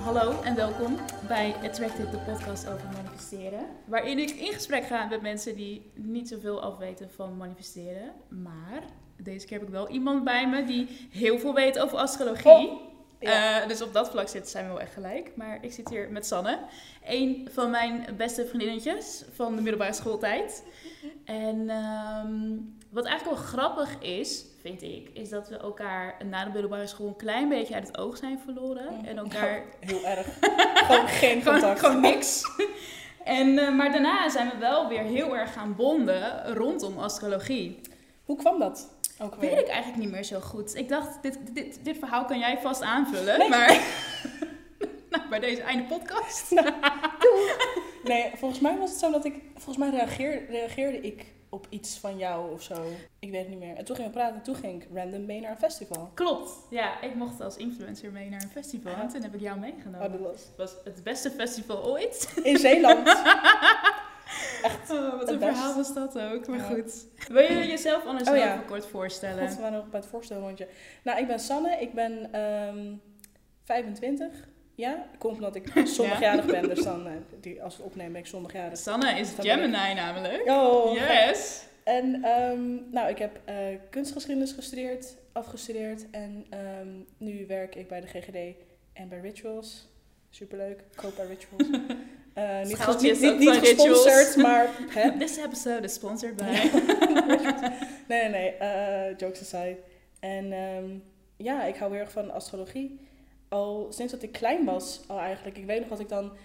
Hallo en welkom bij Attracted, de podcast over manifesteren. Waarin ik in gesprek ga met mensen die niet zoveel afweten van manifesteren. Maar deze keer heb ik wel iemand bij me die heel veel weet over astrologie. Oh, ja. Dus op dat vlak zijn we wel echt gelijk. Maar ik zit hier met Sanne. Een van mijn beste vriendinnetjes van de middelbare schooltijd. En wat eigenlijk wel grappig is, vind ik, is dat we elkaar na de middelbare school een klein beetje uit het oog zijn verloren. En elkaar... Heel erg. Gewoon geen contact. Gewoon niks. Maar daarna zijn we wel weer heel erg gaan bonden rondom astrologie. Hoe kwam dat? Ook Weet ik eigenlijk niet meer zo goed. Ik dacht, dit verhaal kan jij vast aanvullen. Nee. Maar nou, bij deze einde podcast. Nee, volgens mij was het zo dat volgens mij reageerde ik op iets van jou of zo. Ik weet het niet meer. En toen gingen we praten en toen ging ik random mee naar een festival. Klopt. Ja, ik mocht als influencer mee naar een festival. En toen heb ik jou meegenomen. Oh, dat Het was het beste festival ooit. in Zeeland. Echt. Wat een best. verhaal was dat ook. Maar Ja. goed. Wil je jezelf anders Oh, nog ja. even kort voorstellen? God, we waren nog bij het voorstelrondje. Nou, ik ben Sanne. Ik ben 25. Ja, komt omdat ik zondagjarig ben. Dus dan, als we het opnemen, ben ik zondagjarig. Sanne is Dan Gemini namelijk. Oh, Yes. En nou, ik heb kunstgeschiedenis afgestudeerd. En nu werk ik bij de GGD en bij Rituals. Superleuk. Ik koop bij Rituals. Schaaltjes ook niet van gesponsord, Rituals. maar... Hè? This episode is sponsored by... Nee. Jokes aside. En ja, ik hou heel erg van astrologie. Al sinds dat ik klein was, al eigenlijk. Ik weet nog dat ik dan...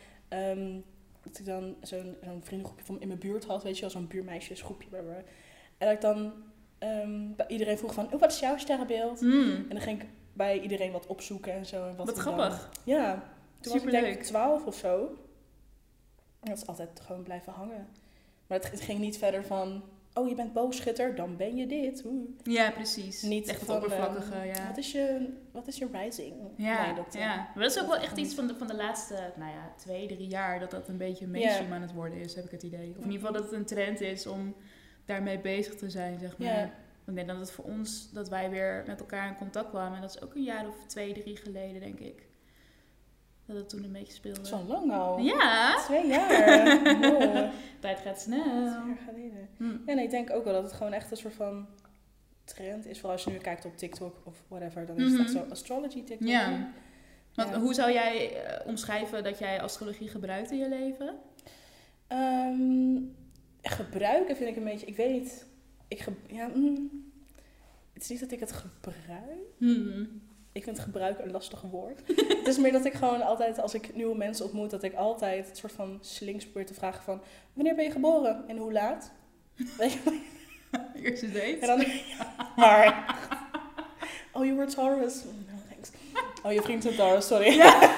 zo'n vriendengroepje van in mijn buurt had, weet je wel, zo'n buurmeisjesgroepje. Blablabla. En dat ik dan bij iedereen vroeg van, wat is jouw sterrenbeeld? En dan ging ik bij iedereen wat opzoeken en zo. En Wat die grappig. Dan, ja, toen was ik denk Superleuk. ik 12 of zo. En dat is altijd gewoon blijven hangen. Maar het ging niet verder van, oh je bent boogschutter, dan ben je dit. Ja, precies. Niet echt het van, oppervlakkige, ja. Wat is je rising? Ja, Nee, dat, ja. Maar dat is ook wel echt iets van de laatste, 2-3 jaar dat een beetje mainstream aan het worden is, heb ik het idee. Of in ieder geval dat het een trend is om daarmee bezig te zijn, zeg maar. Ja. Ik denk dat het voor ons, dat wij weer met elkaar in contact kwamen. En dat is ook een jaar of 2-3 geleden, denk ik. Dat het toen een beetje speelde. Dat is wel lang al. Ja! 2 jaar. Wow. Tijd gaat snel. 2 jaar geleden. Ja, nee, ik denk ook wel dat het gewoon echt een soort van trend is. Vooral als je nu kijkt op TikTok of whatever, dan is het echt zo astrology TikTok. Ja. Want Ja. hoe zou jij omschrijven dat jij astrologie gebruikt in je leven? Gebruiken vind ik een beetje, ik weet niet. Het is niet dat ik het gebruik. Ik vind gebruiken een lastig woord. Het is meer dat ik gewoon altijd, als ik nieuwe mensen ontmoet, dat ik altijd het soort van slinks probeer te vragen van, wanneer ben je geboren en hoe laat? Weet je? Eerste date. En dan, maar, oh, you were Taurus. No, thanks. Oh, je vriend is een Taurus, sorry. Ja.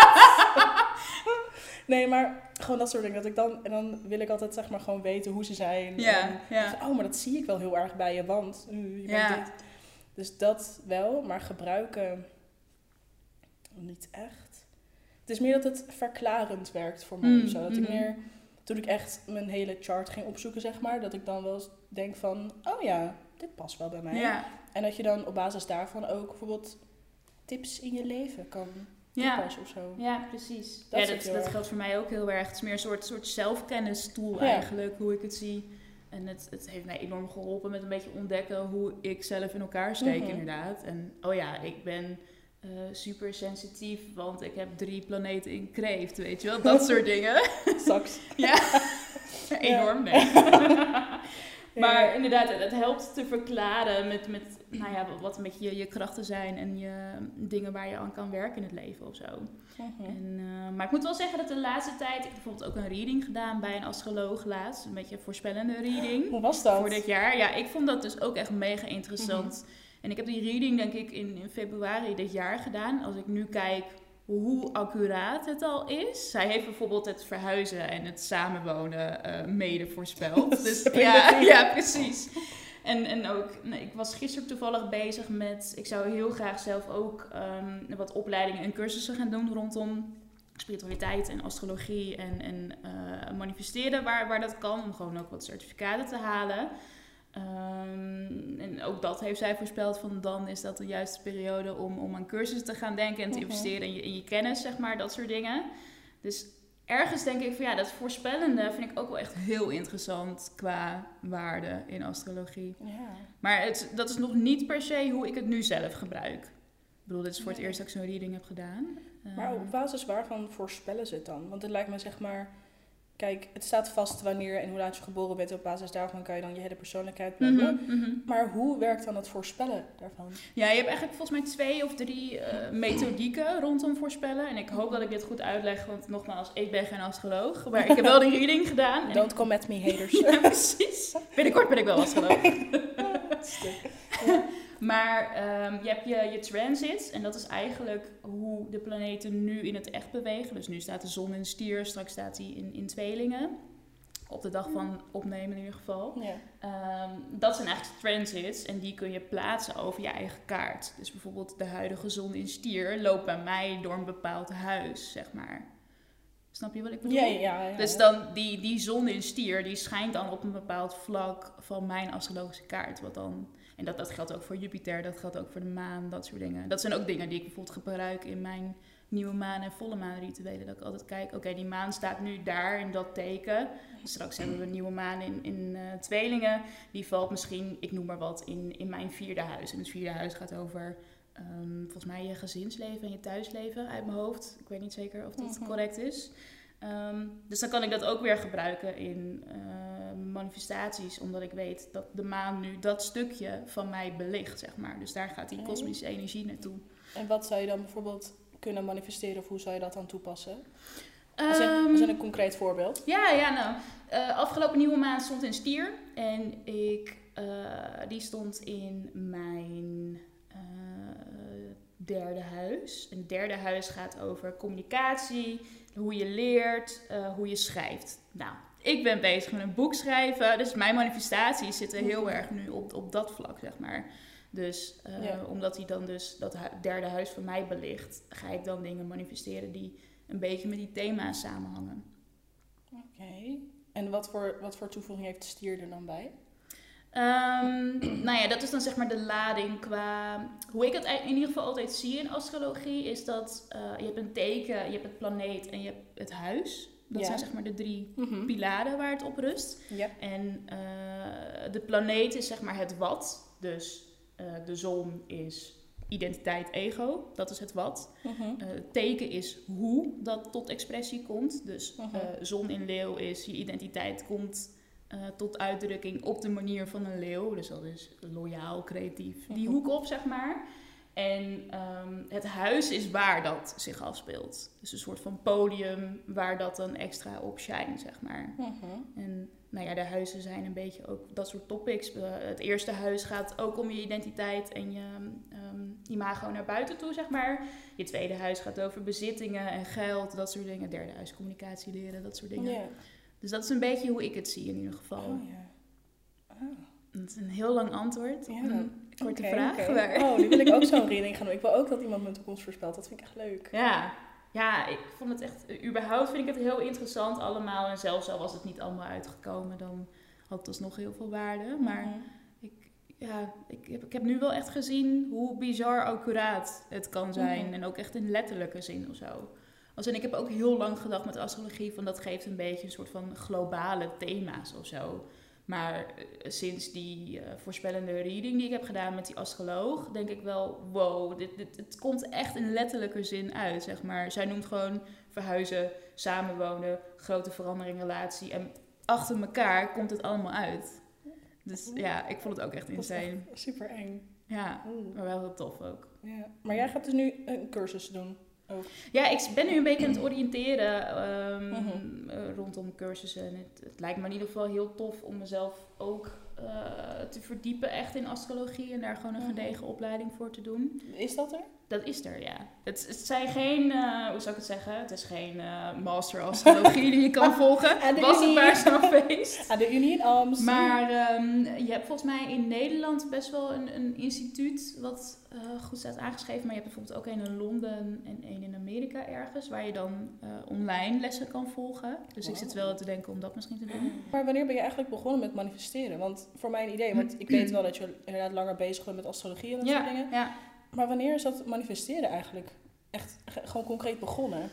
Nee, maar gewoon dat soort dingen. Dat ik dan, en dan wil ik altijd zeg maar gewoon weten hoe ze zijn. Ja, En ja. van, oh, maar dat zie ik wel heel erg bij je, want je bent Ja. dit. Dus dat wel, maar gebruiken niet echt. Het is meer dat het verklarend werkt voor mij of zo. Dat ik meer, toen ik echt mijn hele chart ging opzoeken, zeg maar, dat ik dan wel eens denk van, oh ja, dit past wel bij mij. Ja. En dat je dan op basis daarvan ook bijvoorbeeld tips in je leven kan toepassen of zo. Ja, precies. Dat Ja, is het heel dat erg. geldt voor mij ook heel erg. Het is meer een soort zelfkennistool Ja. eigenlijk, hoe ik het zie. En het heeft mij enorm geholpen met een beetje ontdekken hoe ik zelf in elkaar steek, inderdaad. En oh ja, ik ben super sensitief, want ik heb 3 planeten in kreeft, weet je wel. Dat soort dingen. Straks. Ja, enorm, nee. Maar Ja. inderdaad, het helpt te verklaren met wat een beetje je krachten zijn en je dingen waar je aan kan werken in het leven of zo. Maar ik moet wel zeggen dat de laatste tijd, ik heb bijvoorbeeld ook een reading gedaan bij een astroloog laatst, een beetje een voorspellende reading Hoe was dat? voor dit jaar. Ja, ik vond dat dus ook echt mega interessant. En ik heb die reading denk ik in februari dit jaar gedaan. Als ik nu kijk hoe accuraat het al is. Zij heeft bijvoorbeeld het verhuizen en het samenwonen mede voorspeld. Dus ja, precies. En ook, ik was gisteren toevallig bezig met, ik zou heel graag zelf ook wat opleidingen en cursussen gaan doen rondom spiritualiteit en astrologie en manifesteren waar dat kan. Om gewoon ook wat certificaten te halen. En ook dat heeft zij voorspeld, van dan is dat de juiste periode om aan cursussen te gaan denken en te investeren in je kennis, zeg maar, dat soort dingen. Dus ergens denk ik van ja, dat voorspellende vind ik ook wel echt heel interessant qua waarde in astrologie. Ja. Maar dat is nog niet per se hoe ik het nu zelf gebruik. Ik bedoel, dit is voor het eerst dat ik zo'n reading heb gedaan. Maar op basis waarvan voorspellen ze het dan? Want het lijkt me zeg maar... Kijk, het staat vast wanneer en hoe laat je geboren bent. Op basis daarvan kan je dan je hele persoonlijkheid plannen. Maar hoe werkt dan het voorspellen daarvan? Ja, je hebt eigenlijk volgens mij 2 of 3 methodieken rondom voorspellen. En ik hoop dat ik dit goed uitleg, want nogmaals, ik ben geen astroloog. Maar ik heb wel die reading gedaan. Don't come at me, haters. Ja, precies. Binnenkort ben ik wel astroloog. Maar je hebt je transits en dat is eigenlijk hoe de planeten nu in het echt bewegen. Dus nu staat de zon in Stier, straks staat hij in Tweelingen. Op de dag van opnemen in ieder geval. Ja. Dat zijn eigenlijk de transits en die kun je plaatsen over je eigen kaart. Dus bijvoorbeeld de huidige zon in Stier loopt bij mij door een bepaald huis, zeg maar. Snap je wat ik bedoel? Ja. Dus dan die zon in Stier, die schijnt dan op een bepaald vlak van mijn astrologische kaart. Wat dan... En dat geldt ook voor Jupiter, dat geldt ook voor de maan, dat soort dingen. Dat zijn ook dingen die ik bijvoorbeeld gebruik in mijn nieuwe maan en volle maan rituelen. Dat ik altijd kijk, oké, die maan staat nu daar in dat teken. Straks hebben we een nieuwe maan in Tweelingen. Die valt misschien, ik noem maar wat, in mijn 4e huis. En het 4e huis gaat over volgens mij je gezinsleven en je thuisleven uit mijn hoofd. Ik weet niet zeker of dat correct is. Dus dan kan ik dat ook weer gebruiken in manifestaties, omdat ik weet dat de maan nu dat stukje van mij belicht, zeg maar. Dus daar gaat die kosmische energie naartoe. En wat zou je dan bijvoorbeeld kunnen manifesteren of hoe zou je dat dan toepassen? Als een concreet voorbeeld. Afgelopen nieuwe maan stond in Stier en die stond in mijn 3e huis. En het 3e huis gaat over communicatie, hoe je leert, hoe je schrijft. Nou, ik ben bezig met een boek schrijven, dus mijn manifestaties zitten heel erg nu op dat vlak, zeg maar. Dus omdat hij dan dus dat 3e huis van mij belicht, ga ik dan dingen manifesteren die een beetje met die thema's samenhangen. Oké. En wat voor toevoeging heeft de Stier er dan bij? Dat is dan zeg maar de lading qua... Hoe ik het in ieder geval altijd zie in astrologie is dat je hebt een teken, je hebt het planeet en je hebt het huis. Dat zijn zeg maar de 3 pilaren waar het op rust. Ja. En de planeet is zeg maar het wat. Dus de zon is identiteit, ego. Dat is het wat. Het teken is hoe dat tot expressie komt. Dus zon in leeuw is je identiteit komt... tot uitdrukking op de manier van een leeuw. Dus dat is loyaal, creatief. Die hoek op, zeg maar. En het huis is waar dat zich afspeelt. Dus een soort van podium waar dat dan extra op shine, zeg maar. En de huizen zijn een beetje ook dat soort topics. Het eerste huis gaat ook om je identiteit en je imago naar buiten toe, zeg maar. Je tweede huis gaat over bezittingen en geld, dat soort dingen. Derde huis communicatie leren, dat soort dingen. Yeah. Dus dat is een beetje hoe ik het zie in ieder geval. Dat is een heel lang antwoord. Ja. Een korte vraag. Okay. Oh, nu wil ik ook zo'n reading gaan doen. Ik wil ook dat iemand mijn toekomst voorspelt. Dat vind ik echt leuk. Ja, ik vond het echt... Überhaupt vind ik het heel interessant allemaal. En zelfs al was het niet allemaal uitgekomen, dan had het dus nog heel veel waarde. Maar ik heb nu wel echt gezien hoe bizar accuraat het kan zijn. En ook echt in letterlijke zin of zo. En ik heb ook heel lang gedacht met astrologie van dat geeft een beetje een soort van globale thema's of zo. Maar sinds die voorspellende reading die ik heb gedaan met die astroloog, denk ik wel, wow, het komt echt in letterlijke zin uit, zeg maar. Zij noemt gewoon verhuizen, samenwonen, grote verandering, relatie. En achter elkaar komt het allemaal uit. Dus ik vond het ook echt insane. Super eng. Ja, maar wel heel tof ook. Ja. Maar jij gaat dus nu een cursus doen? Oh. Ja, ik ben nu een beetje aan het oriënteren rondom cursussen. En het lijkt me in ieder geval heel tof om mezelf ook te verdiepen echt in astrologie. En daar gewoon een gedegen opleiding voor te doen. Is dat er? Dat is er, ja. Het zijn geen, hoe zou ik het zeggen? Het is geen master astrologie die je kan volgen. Was het maar zo'n feest. Aan de Unie in Amst. Maar je hebt volgens mij in Nederland best wel een instituut wat goed staat aangeschreven. Maar je hebt bijvoorbeeld ook een in Londen en een in Amerika. Amerika ergens, waar je dan online lessen kan volgen. Dus ik zit wel te denken om dat misschien te doen. Maar wanneer ben je eigenlijk begonnen met manifesteren? Want voor mijn idee, want ik weet wel dat je inderdaad langer bezig bent met astrologie en dat soort dingen. Ja. Maar wanneer is dat manifesteren eigenlijk echt gewoon concreet begonnen?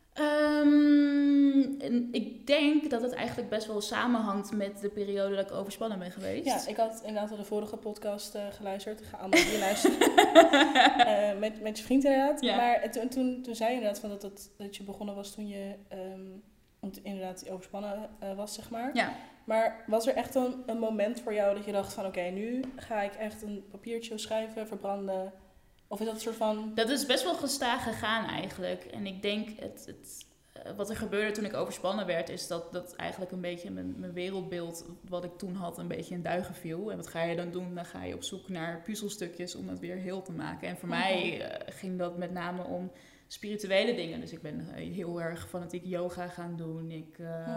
Ik denk dat het eigenlijk best wel samenhangt met de periode dat ik overspannen ben geweest. Ja, ik had inderdaad al de vorige podcast geluisterd. Ik ga allemaal weer luisteren. Met je vriend inderdaad. Ja. Maar toen zei je inderdaad van dat je begonnen was toen je inderdaad overspannen was, zeg maar. Ja. Maar was er echt een moment voor jou dat je dacht van oké, nu ga ik echt een papiertje schrijven, verbranden? Of is dat een soort van... Dat is best wel gestaag gegaan eigenlijk. En ik denk, wat er gebeurde toen ik overspannen werd, is dat eigenlijk een beetje mijn wereldbeeld, wat ik toen had, een beetje in duigen viel. En wat ga je dan doen? Dan ga je op zoek naar puzzelstukjes om het weer heel te maken. En voor mij ging dat met name om spirituele dingen. Dus ik ben heel erg fanatiek yoga gaan doen. Ik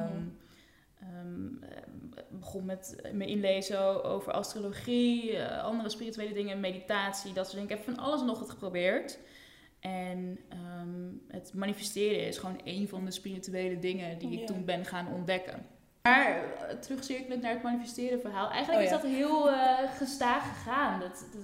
begon met me inlezen over astrologie, andere spirituele dingen, meditatie, dat soort dingen. Ik heb van alles en nog wat geprobeerd. En het manifesteren is gewoon een van de spirituele dingen die ik toen ben gaan ontdekken. Maar terugcirkelend naar het manifesteren verhaal. Eigenlijk is dat heel gestaag gegaan.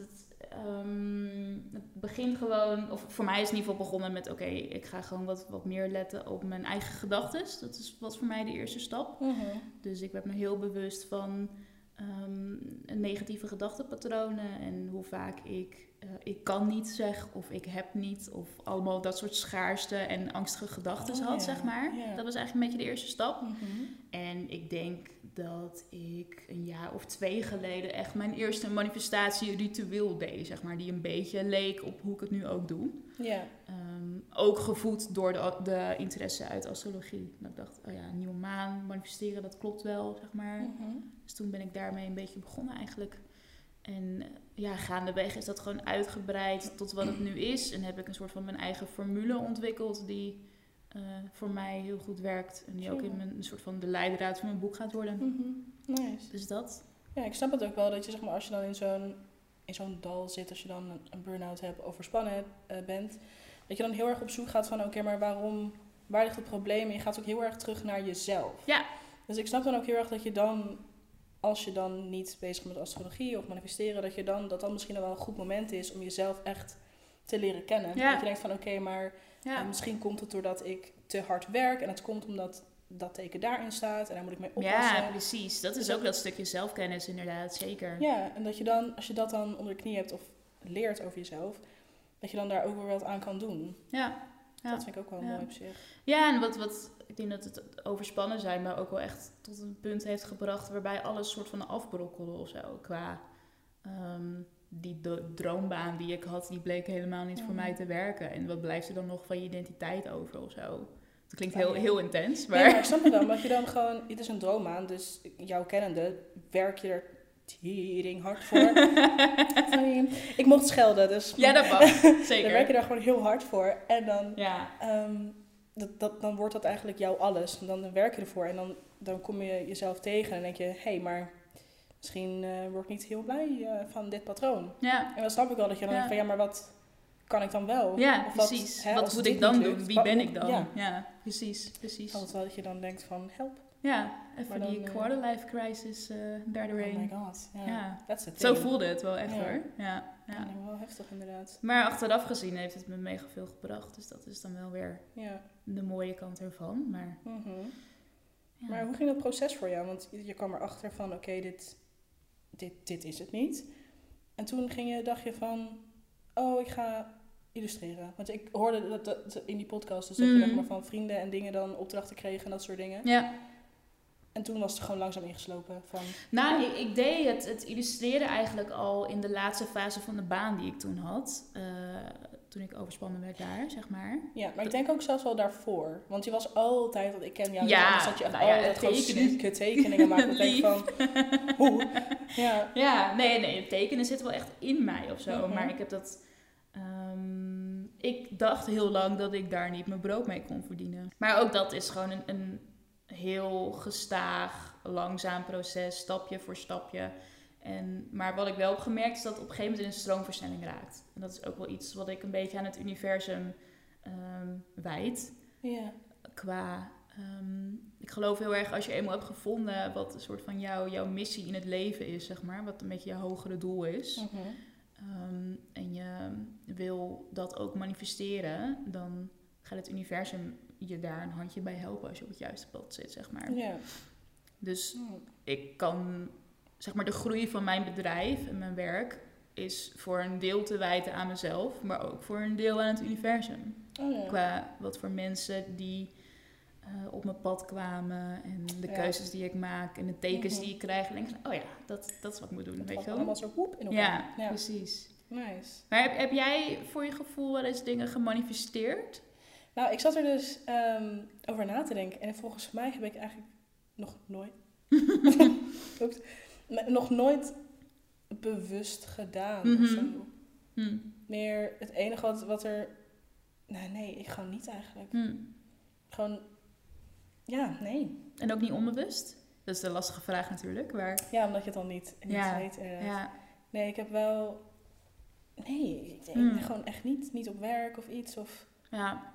Het begint gewoon, of voor mij is het in ieder geval begonnen met ik ga gewoon wat meer letten op mijn eigen gedachten. Dat was voor mij de eerste stap. Dus ik werd me heel bewust van negatieve gedachtenpatronen en hoe vaak ik kan niet zeg of ik heb niet of allemaal dat soort schaarste en angstige gedachten had, zeg maar. Ja. Dat was eigenlijk een beetje de eerste stap. En ik denk dat ik een jaar of 2 geleden echt mijn eerste manifestatie-ritueel deed, zeg maar, die een beetje leek op hoe ik het nu ook doe. Ja. Ook gevoed door de interesse uit astrologie. Dat ik dacht, nieuwe maan, manifesteren, dat klopt wel, zeg maar. Dus toen ben ik daarmee een beetje begonnen eigenlijk. En gaandeweg is dat gewoon uitgebreid tot wat het nu is. En heb ik een soort van mijn eigen formule ontwikkeld die voor mij heel goed werkt. En die ook in een soort van de leidraad van mijn boek gaat worden. Nice. Dus dat. Ja, ik snap het ook wel dat je, zeg maar, als je dan in zo'n dal zit, als je dan een burn-out hebt, overspannen bent, dat je dan heel erg op zoek gaat van maar waar ligt het probleem? En je gaat ook heel erg terug naar jezelf. Ja. Dus ik snap dan ook heel erg dat je dan, als je dan niet bezig bent met astrologie of manifesteren, dat dan misschien wel een goed moment is om jezelf echt te leren kennen. Ja. Dat je denkt van maar misschien komt het doordat ik te hard werk en het komt omdat dat teken daarin staat en daar moet ik mee oppassen. Ja, precies. Dat is ook dat stukje zelfkennis inderdaad, zeker. Ja, en dat je dan, als je dat dan onder de knie hebt of leert over jezelf, dat je dan daar ook weer wat aan kan doen. Ja. Dat vind ik ook wel mooi op zich. Ja, en wat ik denk dat het overspannen zijn maar ook wel echt tot een punt heeft gebracht waarbij alles soort van afbrokkelde of zo. Qua die droombaan die ik had, die bleek helemaal niet voor mij te werken. En wat blijft er dan nog van je identiteit over of zo? Dat klinkt heel intens. Maar... Ja, maar ik snap het dan. Want je dan gewoon, het is een droombaan, dus jouw kennende werk je er tering hard voor. Ik mocht schelden, dus... Ja, dat mag. Zeker. Dan werk je daar gewoon heel hard voor. En dan, dan wordt dat eigenlijk jouw alles. En dan werk je ervoor en dan kom je jezelf tegen en denk je, maar misschien word ik niet heel blij van dit patroon. Ja. En dan snap ik wel dat je dan denkt van, maar wat kan ik dan wel? Ja, of precies. Wat moet ik dan doen? Wie ben ik dan? Ja, precies. Altijd wel dat je dan denkt van, help. Ja, even die quarter-life crisis daardoorheen. Oh my god, that's the thing. Zo voelde het wel echt hoor. Ja. Wel heftig inderdaad. Maar achteraf gezien heeft het me mega veel gebracht. Dus dat is dan wel weer de mooie kant ervan. Maar, maar hoe ging dat proces voor jou? Want je kwam erachter van, dit is het niet. En toen dacht je van, ik ga illustreren. Want ik hoorde dat in die podcast, dus dat je zeg maar van vrienden en dingen dan opdrachten kreeg en dat soort dingen. Ja. En toen was het gewoon langzaam ingeslopen van... Nou, ik deed het illustreren eigenlijk al in de laatste fase van de baan die ik toen had. Toen ik overspannen werd daar, zeg maar. Ja, maar ik denk ook zelfs wel daarvoor. Want je was altijd, want ik ken jou, dus dat je echt altijd gewoon zieke tekeningen maakt. Ik denk van, hoe? Ja, nee, het tekenen zit wel echt in mij of zo. Maar ik heb dat... ik dacht heel lang dat ik daar niet mijn brood mee kon verdienen. Maar ook dat is gewoon een heel gestaag, langzaam proces, stapje voor stapje. Maar wat ik wel heb gemerkt is dat het op een gegeven moment in een stroomversnelling raakt. En dat is ook wel iets wat ik een beetje aan het universum wijdt. Ja. Qua, ik geloof heel erg als je eenmaal hebt gevonden wat een soort van jouw missie in het leven is, zeg maar. Wat een beetje je hogere doel is. En je wil dat ook manifesteren, dan gaat het universum je daar een handje bij helpen als je op het juiste pad zit, zeg maar. Ja. Dus ik kan, zeg maar, de groei van mijn bedrijf en mijn werk is voor een deel te wijten aan mezelf, maar ook voor een deel aan het universum. Qua wat voor mensen die op mijn pad kwamen en de keuzes die ik maak en de tekens die ik krijg. En denk ik, oh ja, dat is wat ik moet doen. Het weet je wel? allemaal zo woep in elkaar. Ja, precies. Nice. Maar heb jij voor je gevoel wel eens dingen gemanifesteerd? Nou, ik zat er dus over na te denken. En volgens mij heb ik eigenlijk nog nooit... nog nooit bewust gedaan of zo. Meer het enige wat er... Nee, ik gewoon niet eigenlijk. Gewoon... Ja, nee. En ook niet onbewust? Dat is de lastige vraag natuurlijk. Ja, omdat je het dan niet weet. Ja. Nee, ik heb wel... Nee, ik denk gewoon echt niet. Niet op werk of iets. Of... Ja.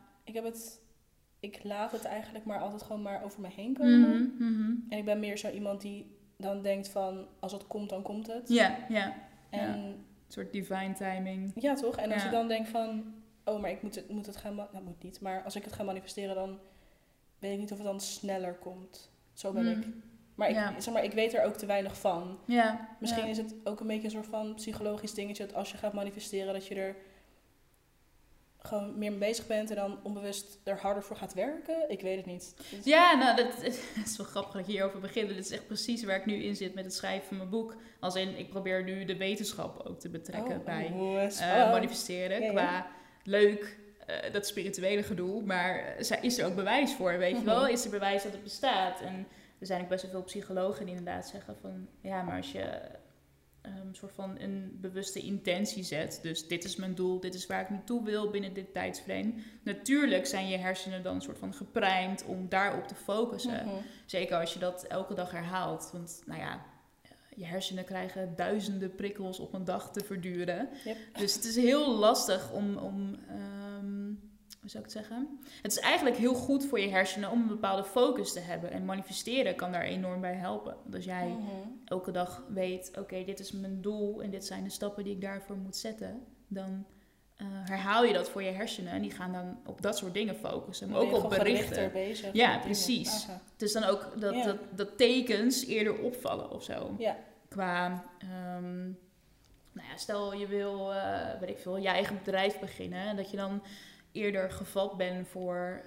Ik laat het eigenlijk maar altijd gewoon maar over me heen komen. En ik ben meer zo iemand die dan denkt van... Als het komt, dan komt het. Ja. En... Een soort divine timing. Ja, toch? En als ik dan denk van... Oh, maar ik moet het gaan... Nou, moet niet. Maar als ik het ga manifesteren, dan... Weet ik niet of het dan sneller komt. Zo ben ik. Maar ik weet er ook te weinig van. Ja. Misschien is het ook een beetje een soort van psychologisch dingetje... dat als je gaat manifesteren, dat je er gewoon meer mee bezig bent... en dan onbewust er harder voor gaat werken. Ik weet het niet. Ja, nou, dat is wel grappig dat ik hierover begin. Dit is echt precies waar ik nu in zit met het schrijven van mijn boek. Als in, ik probeer nu de wetenschap ook te betrekken bij manifesteren. Qua leuk... dat spirituele gedoe, maar is er ook bewijs voor, weet je wel? Is er bewijs dat het bestaat? En er zijn ook best wel veel psychologen die inderdaad zeggen van... Ja, maar als je een soort van een bewuste intentie zet... Dus dit is mijn doel, dit is waar ik naartoe wil binnen dit tijdsframe... Natuurlijk zijn je hersenen dan een soort van geprimed om daarop te focussen. Zeker als je dat elke dag herhaalt. Want, nou ja... Je hersenen krijgen duizenden prikkels op een dag te verduren. Yep. Dus het is heel lastig om hoe zou ik het zeggen? Het is eigenlijk heel goed voor je hersenen om een bepaalde focus te hebben. En manifesteren kan daar enorm bij helpen. Want als jij elke dag weet, oké, dit is mijn doel en dit zijn de stappen die ik daarvoor moet zetten, dan herhaal je dat voor je hersenen. En die gaan dan op dat soort dingen focussen. Maar ook op berichten. Bezig ja, precies. Dus dan ook dat tekens eerder opvallen of zo. Ja. Qua, nou ja, stel je wil, weet ik veel, je eigen bedrijf beginnen. En dat je dan eerder gevat bent voor,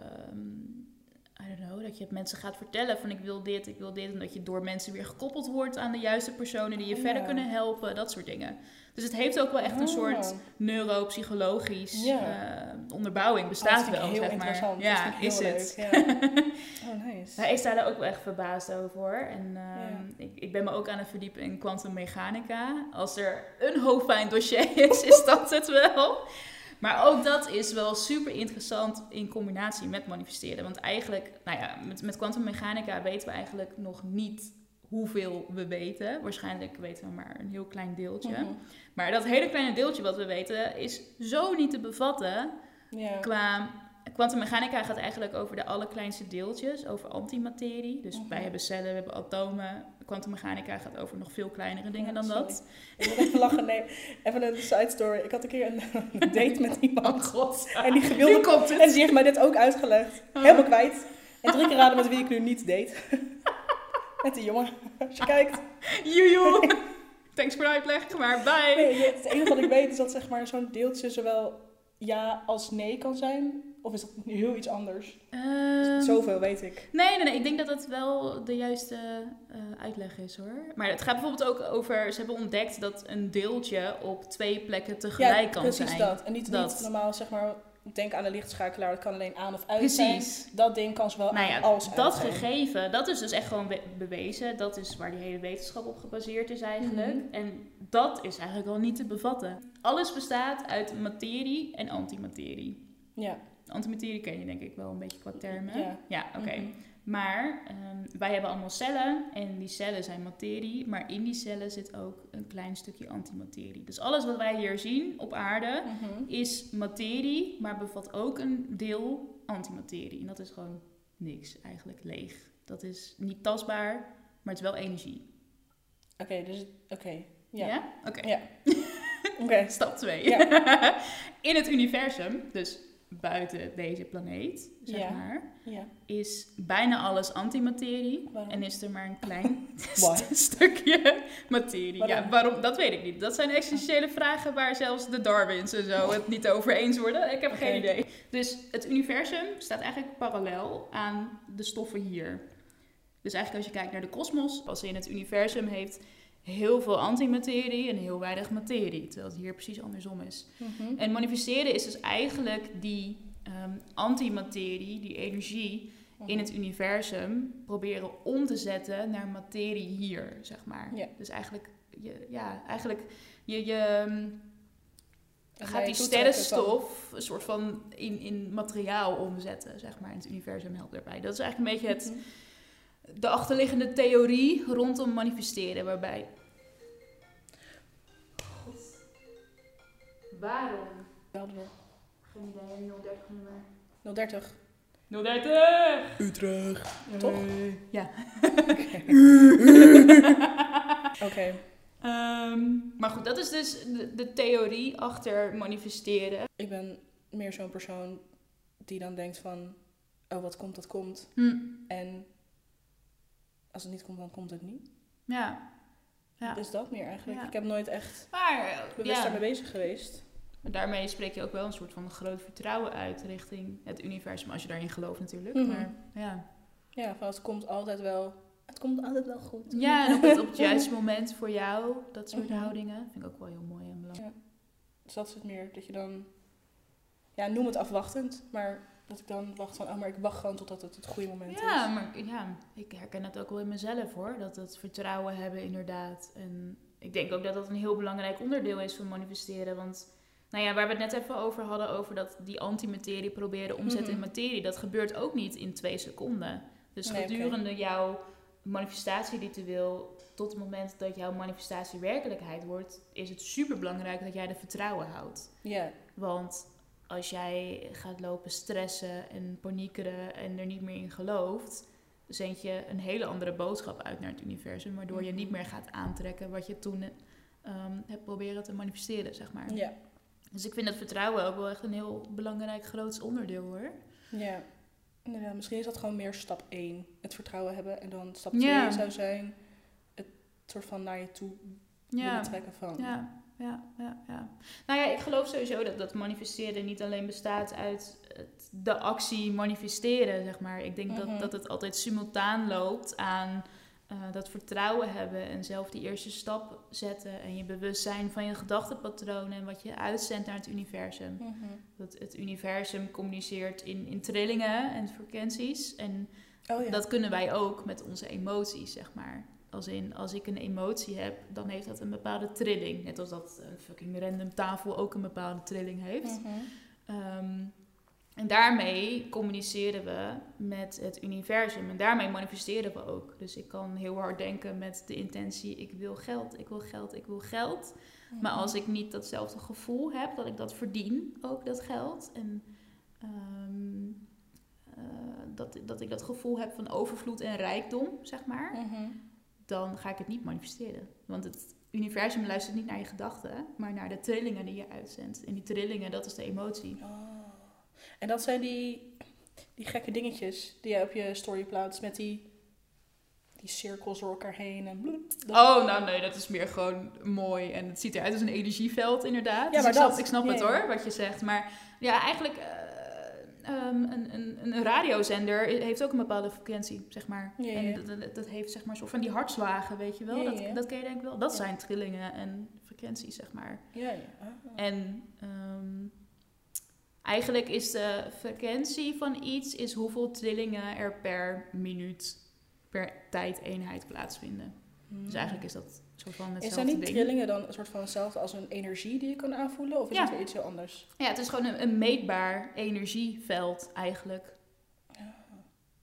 I don't know, dat je mensen gaat vertellen van ik wil dit. En dat je door mensen weer gekoppeld wordt aan de juiste personen die je verder kunnen helpen. Dat soort dingen. Dus het heeft ook wel echt een soort neuropsychologisch onderbouwing. Bestaat wel, heel zeg maar. Interessant. Ja, dat vind ik heel is leuk. het. Ja. Oh, nice. Ik sta daar ook wel echt verbaasd over. En ik ben me ook aan het verdiepen in kwantummechanica. Als er een hoofdpijn dossier is dat het wel. Maar ook dat is wel super interessant in combinatie met manifesteren. Want eigenlijk, nou ja, met kwantummechanica weten we eigenlijk nog niet hoeveel we weten. Waarschijnlijk weten we maar een heel klein deeltje. Maar dat hele kleine deeltje wat we weten is zo niet te bevatten. Qua kwantummechanica gaat eigenlijk over de allerkleinste deeltjes, over antimaterie. Dus wij hebben cellen, we hebben atomen. Kwantummechanica gaat over nog veel kleinere dingen dan dat. Ik moet even lachen. Nee, even een side story. Ik had een keer een date met iemand. Oh god. En die en die heeft mij dit ook uitgelegd. Helemaal kwijt. En 3 keer raden met wie ik nu niet date. Met die jongen. Als je kijkt. Joejoe. Thanks voor de uitleg, maar bye. Nee, het enige wat ik weet is dat zeg maar zo'n deeltje zowel ja als nee kan zijn. Of is dat heel iets anders? Zoveel weet ik. Nee. Ik denk dat dat wel de juiste uitleg is, hoor. Maar het gaat bijvoorbeeld ook over... Ze hebben ontdekt dat een deeltje op 2 plekken tegelijk kan zijn. Ja, precies dat. En niet normaal, zeg maar... Denk aan de lichtschakelaar, dat kan alleen aan of uit zijn. Dat ding kan zowel aan als uit dat zijn. Gegeven, dat is dus echt gewoon bewezen. Dat is waar die hele wetenschap op gebaseerd is eigenlijk. En dat is eigenlijk wel niet te bevatten. Alles bestaat uit materie en antimaterie. Ja. Antimaterie ken je denk ik wel een beetje qua termen. Ja. Ja, oké. Maar wij hebben allemaal cellen en die cellen zijn materie, maar in die cellen zit ook een klein stukje antimaterie. Dus alles wat wij hier zien op aarde is materie, maar bevat ook een deel antimaterie. En dat is gewoon niks, eigenlijk leeg. Dat is niet tastbaar, maar het is wel energie. Oké, dus... Oké. Ja. Ja? Oké. Ja. Oké. Stap 2. Ja. In het universum, dus buiten deze planeet, zeg maar, is bijna alles antimaterie. Waarom? En is er maar een klein stukje materie. Waarom? Ja, waarom? Dat weet ik niet. Dat zijn existentiële vragen waar zelfs de Darwins en zo het niet over eens worden. Ik heb geen idee. Dus het universum staat eigenlijk parallel aan de stoffen hier. Dus eigenlijk als je kijkt naar de kosmos, als in het universum heeft heel veel antimaterie en heel weinig materie. Terwijl het hier precies andersom is. En manifesteren is dus eigenlijk die antimaterie, die energie in het universum proberen om te zetten naar materie hier, zeg maar. Ja. Dus eigenlijk, je gaat die sterrenstof een soort van in materiaal omzetten, zeg maar. En het universum helpt daarbij. Dat is eigenlijk een beetje de achterliggende theorie rondom manifesteren, waarbij... Waarom? Geen idee, 030 nummer. 030. 030! Utrecht. Toch? Ja. Oké. Maar goed, dat is dus de theorie achter manifesteren. Ik ben meer zo'n persoon die dan denkt van... Oh, wat komt, dat komt. En als het niet komt, dan komt het niet. Ja. Dus dat meer eigenlijk. Ja. Ik heb nooit echt bewust daarmee bezig geweest. Maar daarmee spreek je ook wel een soort van groot vertrouwen uit richting het universum. Als je daarin gelooft natuurlijk. Maar ja, van het komt altijd wel... Het komt altijd wel goed. Ja, en op het juiste moment voor jou. Dat soort houdingen. Vind ik ook wel heel mooi en belangrijk. Ja. Dus dat is het meer. Dat je dan... Ja, noem het afwachtend. Maar dat ik dan wacht van... maar ik wacht gewoon totdat het goede moment is. Maar ik herken het ook wel in mezelf hoor. Dat het vertrouwen hebben inderdaad. En ik denk ook dat dat een heel belangrijk onderdeel is van manifesteren. Want... waar we het net even over hadden, over dat die antimaterie proberen omzetten in materie, dat gebeurt ook niet in 2 seconden. Dus gedurende jouw manifestieritueel, tot het moment dat jouw manifestatie werkelijkheid wordt, is het superbelangrijk dat jij er vertrouwen houdt. Ja. Want als jij gaat lopen stressen en paniekeren en er niet meer in gelooft, zend je een hele andere boodschap uit naar het universum, waardoor je niet meer gaat aantrekken wat je toen hebt proberen te manifesteren, zeg maar. Ja. Dus ik vind dat vertrouwen ook wel echt een heel belangrijk groots onderdeel hoor. Ja, inderdaad. Misschien is dat gewoon meer stap 1. Het vertrouwen hebben. En dan stap 2 zou zijn het soort van naar je toe willen trekken van. Ja. Nou ja, ik geloof sowieso dat manifesteren niet alleen bestaat uit de actie manifesteren, zeg maar. Ik denk dat het altijd simultaan loopt aan... dat vertrouwen hebben en zelf die eerste stap zetten en je bewustzijn van je gedachtenpatronen en wat je uitzendt naar het universum. Dat het universum communiceert in trillingen en frequenties en dat kunnen wij ook met onze emoties, zeg maar. Als ik een emotie heb, dan heeft dat een bepaalde trilling. Net als dat een fucking random tafel ook een bepaalde trilling heeft. En daarmee communiceren we met het universum. En daarmee manifesteren we ook. Dus ik kan heel hard denken met de intentie... ik wil geld, ik wil geld, ik wil geld. Maar als ik niet datzelfde gevoel heb... dat ik dat verdien, ook dat geld... en dat ik dat gevoel heb van overvloed en rijkdom, zeg maar... dan ga ik het niet manifesteren. Want het universum luistert niet naar je gedachten... maar naar de trillingen die je uitzendt. En die trillingen, dat is de emotie. En dat zijn die gekke dingetjes die je op je story plaatst met die cirkels door elkaar heen en bloed. Nee, dat is meer gewoon mooi. En het ziet eruit als een energieveld, inderdaad. Ja, dus maar ik snap het hoor, wat je zegt. Maar ja, eigenlijk een radiozender heeft ook een bepaalde frequentie, zeg maar. Ja. En dat heeft zeg maar een soort van die hartslagen, weet je wel. Ja. Dat ken je denk ik wel. Dat zijn trillingen en frequenties, zeg maar. Ja. En... eigenlijk is de frequentie van iets... is hoeveel trillingen er per minuut, per tijdeenheid plaatsvinden. Dus eigenlijk is dat een soort van hetzelfde ding. Zijn die trillingen dan een soort van hetzelfde als een energie die je kan aanvoelen? Of is het weer iets heel anders? Ja, het is gewoon een meetbaar energieveld eigenlijk.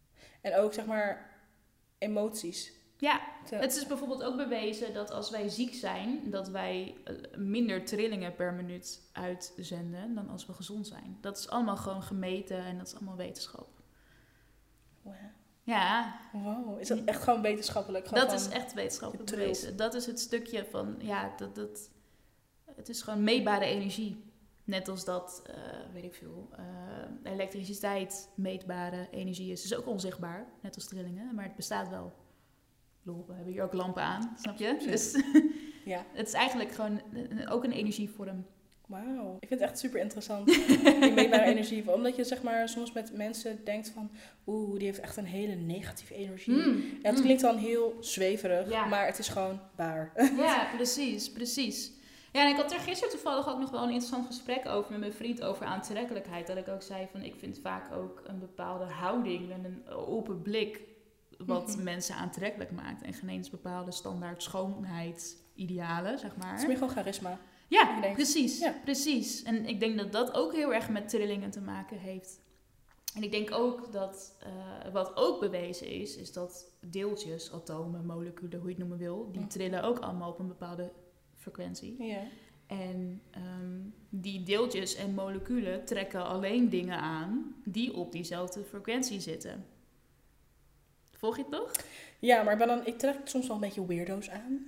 En ook, zeg maar, emoties. Ja, het is bijvoorbeeld ook bewezen dat als wij ziek zijn, dat wij minder trillingen per minuut uitzenden dan als we gezond zijn. Dat is allemaal gewoon gemeten en dat is allemaal wetenschap. Wow. Ja. Wow, is dat echt gewoon wetenschappelijk? Dat is echt wetenschappelijk bewezen. Dat is het stukje van, het is gewoon meetbare energie. Net als dat, weet ik veel, elektriciteit meetbare energie is. Het is ook onzichtbaar, net als trillingen, maar het bestaat wel. We hebben hier ook lampen aan, snap je? Dus ja. Het is eigenlijk gewoon ook een energievorm. Wauw, ik vind het echt super interessant. Die meetbare energie. Omdat je, zeg maar, soms met mensen denkt van, die heeft echt een hele negatieve energie. Het klinkt dan heel zweverig, maar het is gewoon waar. Ja, precies. Ja, en ik had er gisteren toevallig ook nog wel een interessant gesprek over met mijn vriend over aantrekkelijkheid. Dat ik ook zei van, ik vind vaak ook een bepaalde houding en een open blik wat mensen aantrekkelijk maakt. En geen eens bepaalde standaard schoonheidsidealen, zeg maar. Het is meer gewoon charisma. Ja, precies. En ik denk dat dat ook heel erg met trillingen te maken heeft. En ik denk ook dat, wat ook bewezen is dat deeltjes, atomen, moleculen, hoe je het noemen wil, die trillen ook allemaal op een bepaalde frequentie. Ja. En die deeltjes en moleculen trekken alleen dingen aan die op diezelfde frequentie zitten. Volg je het toch? Ja, maar ik trek soms wel een beetje weirdo's aan.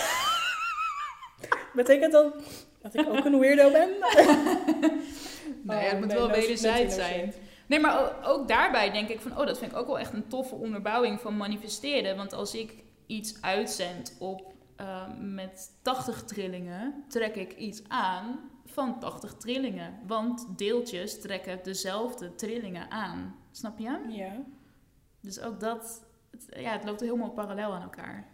Betekent dat ik ook een weirdo ben? Nee, het moet wel wederzijds zijn. Nee, maar ook daarbij denk ik van, dat vind ik ook wel echt een toffe onderbouwing van manifesteren. Want als ik iets uitzend met 80 trillingen, trek ik iets aan van 80 trillingen. Want deeltjes trekken dezelfde trillingen aan. Snap je? Ja. Dus ook dat, het loopt helemaal parallel aan elkaar.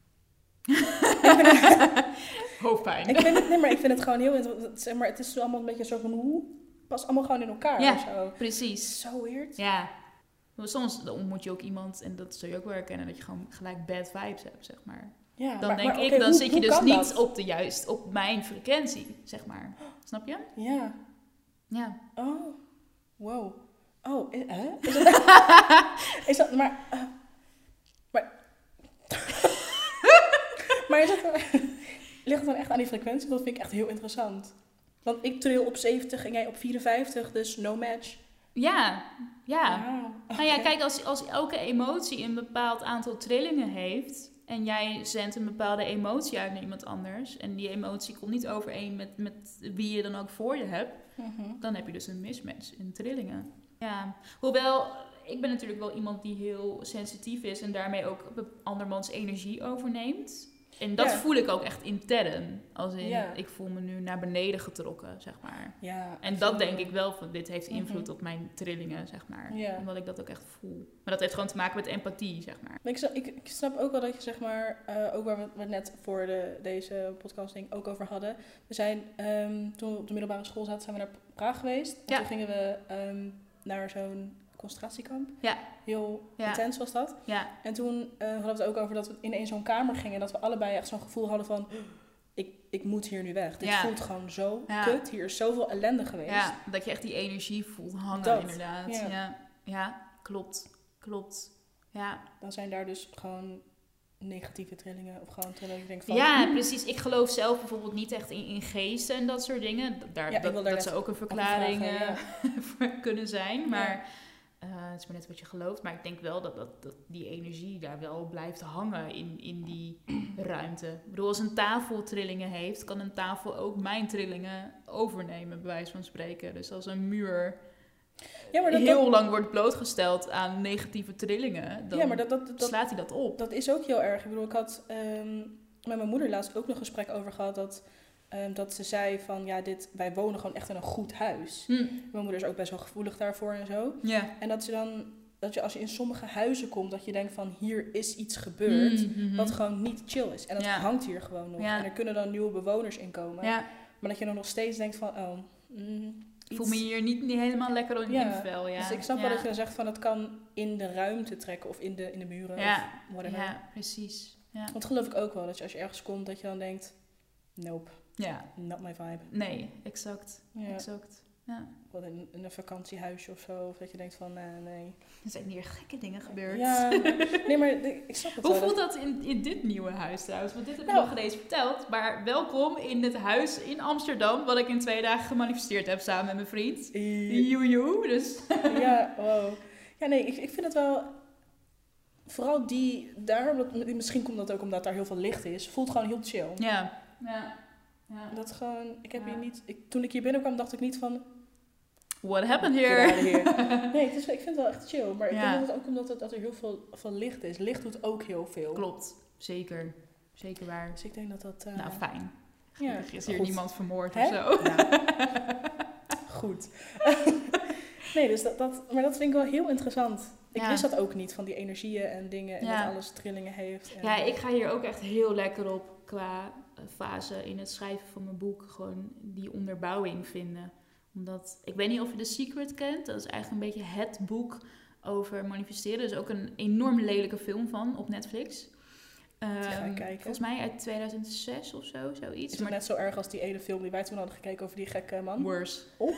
Hoofdpijn. Ik vind het gewoon heel interessant. Zeg maar, het is allemaal een beetje zo van past allemaal gewoon in elkaar. Ja, of zo. Precies. Zo weird. Ja. Soms ontmoet je ook iemand, en dat zul je ook wel herkennen, dat je gewoon gelijk bad vibes hebt, zeg maar. Ja, dan zit je dus niet op mijn frequentie, zeg maar. Snap je? Ja. Ja. Oh. Wow. Oh, hè? Is dat... Maar ligt het dan echt aan die frequentie? Dat vind ik echt heel interessant. Want ik tril op 70 en jij op 54, dus no match. Ja. Wow. Okay. Nou ja, kijk, als elke emotie een bepaald aantal trillingen heeft en jij zendt een bepaalde emotie uit naar iemand anders en die emotie komt niet overeen met wie je dan ook voor je hebt, dan heb je dus een mismatch in trillingen. Ja, hoewel, ik ben natuurlijk wel iemand die heel sensitief is en daarmee ook andermans energie overneemt. En dat voel ik ook echt intern. Als in, ik voel me nu naar beneden getrokken, zeg maar. Ja, en dat denk ik wel, van dit heeft invloed op mijn trillingen, zeg maar. Ja. Omdat ik dat ook echt voel. Maar dat heeft gewoon te maken met empathie, zeg maar. Ik snap ook wel dat je, zeg maar, ook waar we het net voor deze podcasting ook over hadden. We zijn, toen we op de middelbare school zaten, zijn we naar Praag geweest. En toen gingen we naar zo'n concentratiekamp. Ja. Heel intens was dat. Ja. En toen hadden we het ook over dat we in zo'n kamer gingen. En dat we allebei echt zo'n gevoel hadden van, ik moet hier nu weg. Dit voelt gewoon zo kut. Hier is zoveel ellende geweest. Ja, dat je echt die energie voelt hangen, inderdaad. Ja, klopt. Ja. Dan zijn daar dus gewoon negatieve trillingen of gewoon trillingen. Ik denk van, ja, precies. Ik geloof zelf bijvoorbeeld niet echt in geesten en dat soort dingen. Dat zou ook een verklaring voor kunnen zijn. Maar het is maar net wat je gelooft. Maar ik denk wel dat die energie daar wel blijft hangen in die ruimte. Ik bedoel, als een tafel trillingen heeft, kan een tafel ook mijn trillingen overnemen, bij wijze van spreken. Dus als een muur heel lang wordt blootgesteld aan negatieve trillingen, dan slaat hij dat op. Dat is ook heel erg. Ik bedoel, ik had met mijn moeder laatst ook nog een gesprek over gehad dat ze zei van, wij wonen gewoon echt in een goed huis. Mijn moeder is ook best wel gevoelig daarvoor en zo. Ja. En dat je als je in sommige huizen komt, dat je denkt van, hier is iets gebeurd wat gewoon niet chill is. En dat hangt hier gewoon nog. Ja. En er kunnen dan nieuwe bewoners in komen. Ja. Maar dat je dan nog steeds denkt van, ik voel me hier niet helemaal lekker in het vel. Ja. Dus ik snap wel dat je dan zegt van, het kan in de ruimte trekken of in de muren of whatever. Ja, precies. Ja. Want geloof ik ook wel, dat als je ergens komt, dat je dan denkt, nope. Ja. Not my vibe. Nee, exact. Ja. Wat in een vakantiehuisje of zo. Of dat je denkt van, nee. Er zijn hier gekke dingen gebeurd. Ja, nee, maar ik snap het Hoe wel. voelt dat in dit nieuwe huis trouwens? Want dit heb ik nog geen eens verteld. Maar welkom in het huis in Amsterdam, wat ik in 2 dagen gemanifesteerd heb samen met mijn vriend. Joejoe, dus... Ja, wow. Ja, nee, ik vind het wel... Vooral misschien komt dat ook omdat daar heel veel licht is. Voelt gewoon heel chill. Ja. Dat gewoon... Ik heb hier niet... Toen ik hier binnenkwam, dacht ik niet van... What happened here? Nee, ik vind het wel echt chill. Maar ik denk dat het ook omdat dat er heel veel licht is. Licht doet ook heel veel. Klopt, zeker. Zeker waar. Dus ik denk dat dat... Nou, fijn. Ja, er is hier niemand vermoord Hè? of zo. Ja. Goed. Nee, dus maar dat vind ik wel heel interessant. Ik wist dat ook niet, van die energieën en dingen. En dat alles trillingen heeft. En ja, ik ga hier ook echt heel lekker op qua fase in het schrijven van mijn boek. Gewoon die onderbouwing vinden. Omdat, ik weet niet of je The Secret kent. Dat is eigenlijk een beetje het boek over manifesteren. Er is ook een enorm lelijke film van op Netflix. Ga ik kijken. Volgens mij uit 2006 of zo, zoiets. Is het net zo erg als die ene film die wij toen hadden gekeken over die gekke man? Worse. Oh.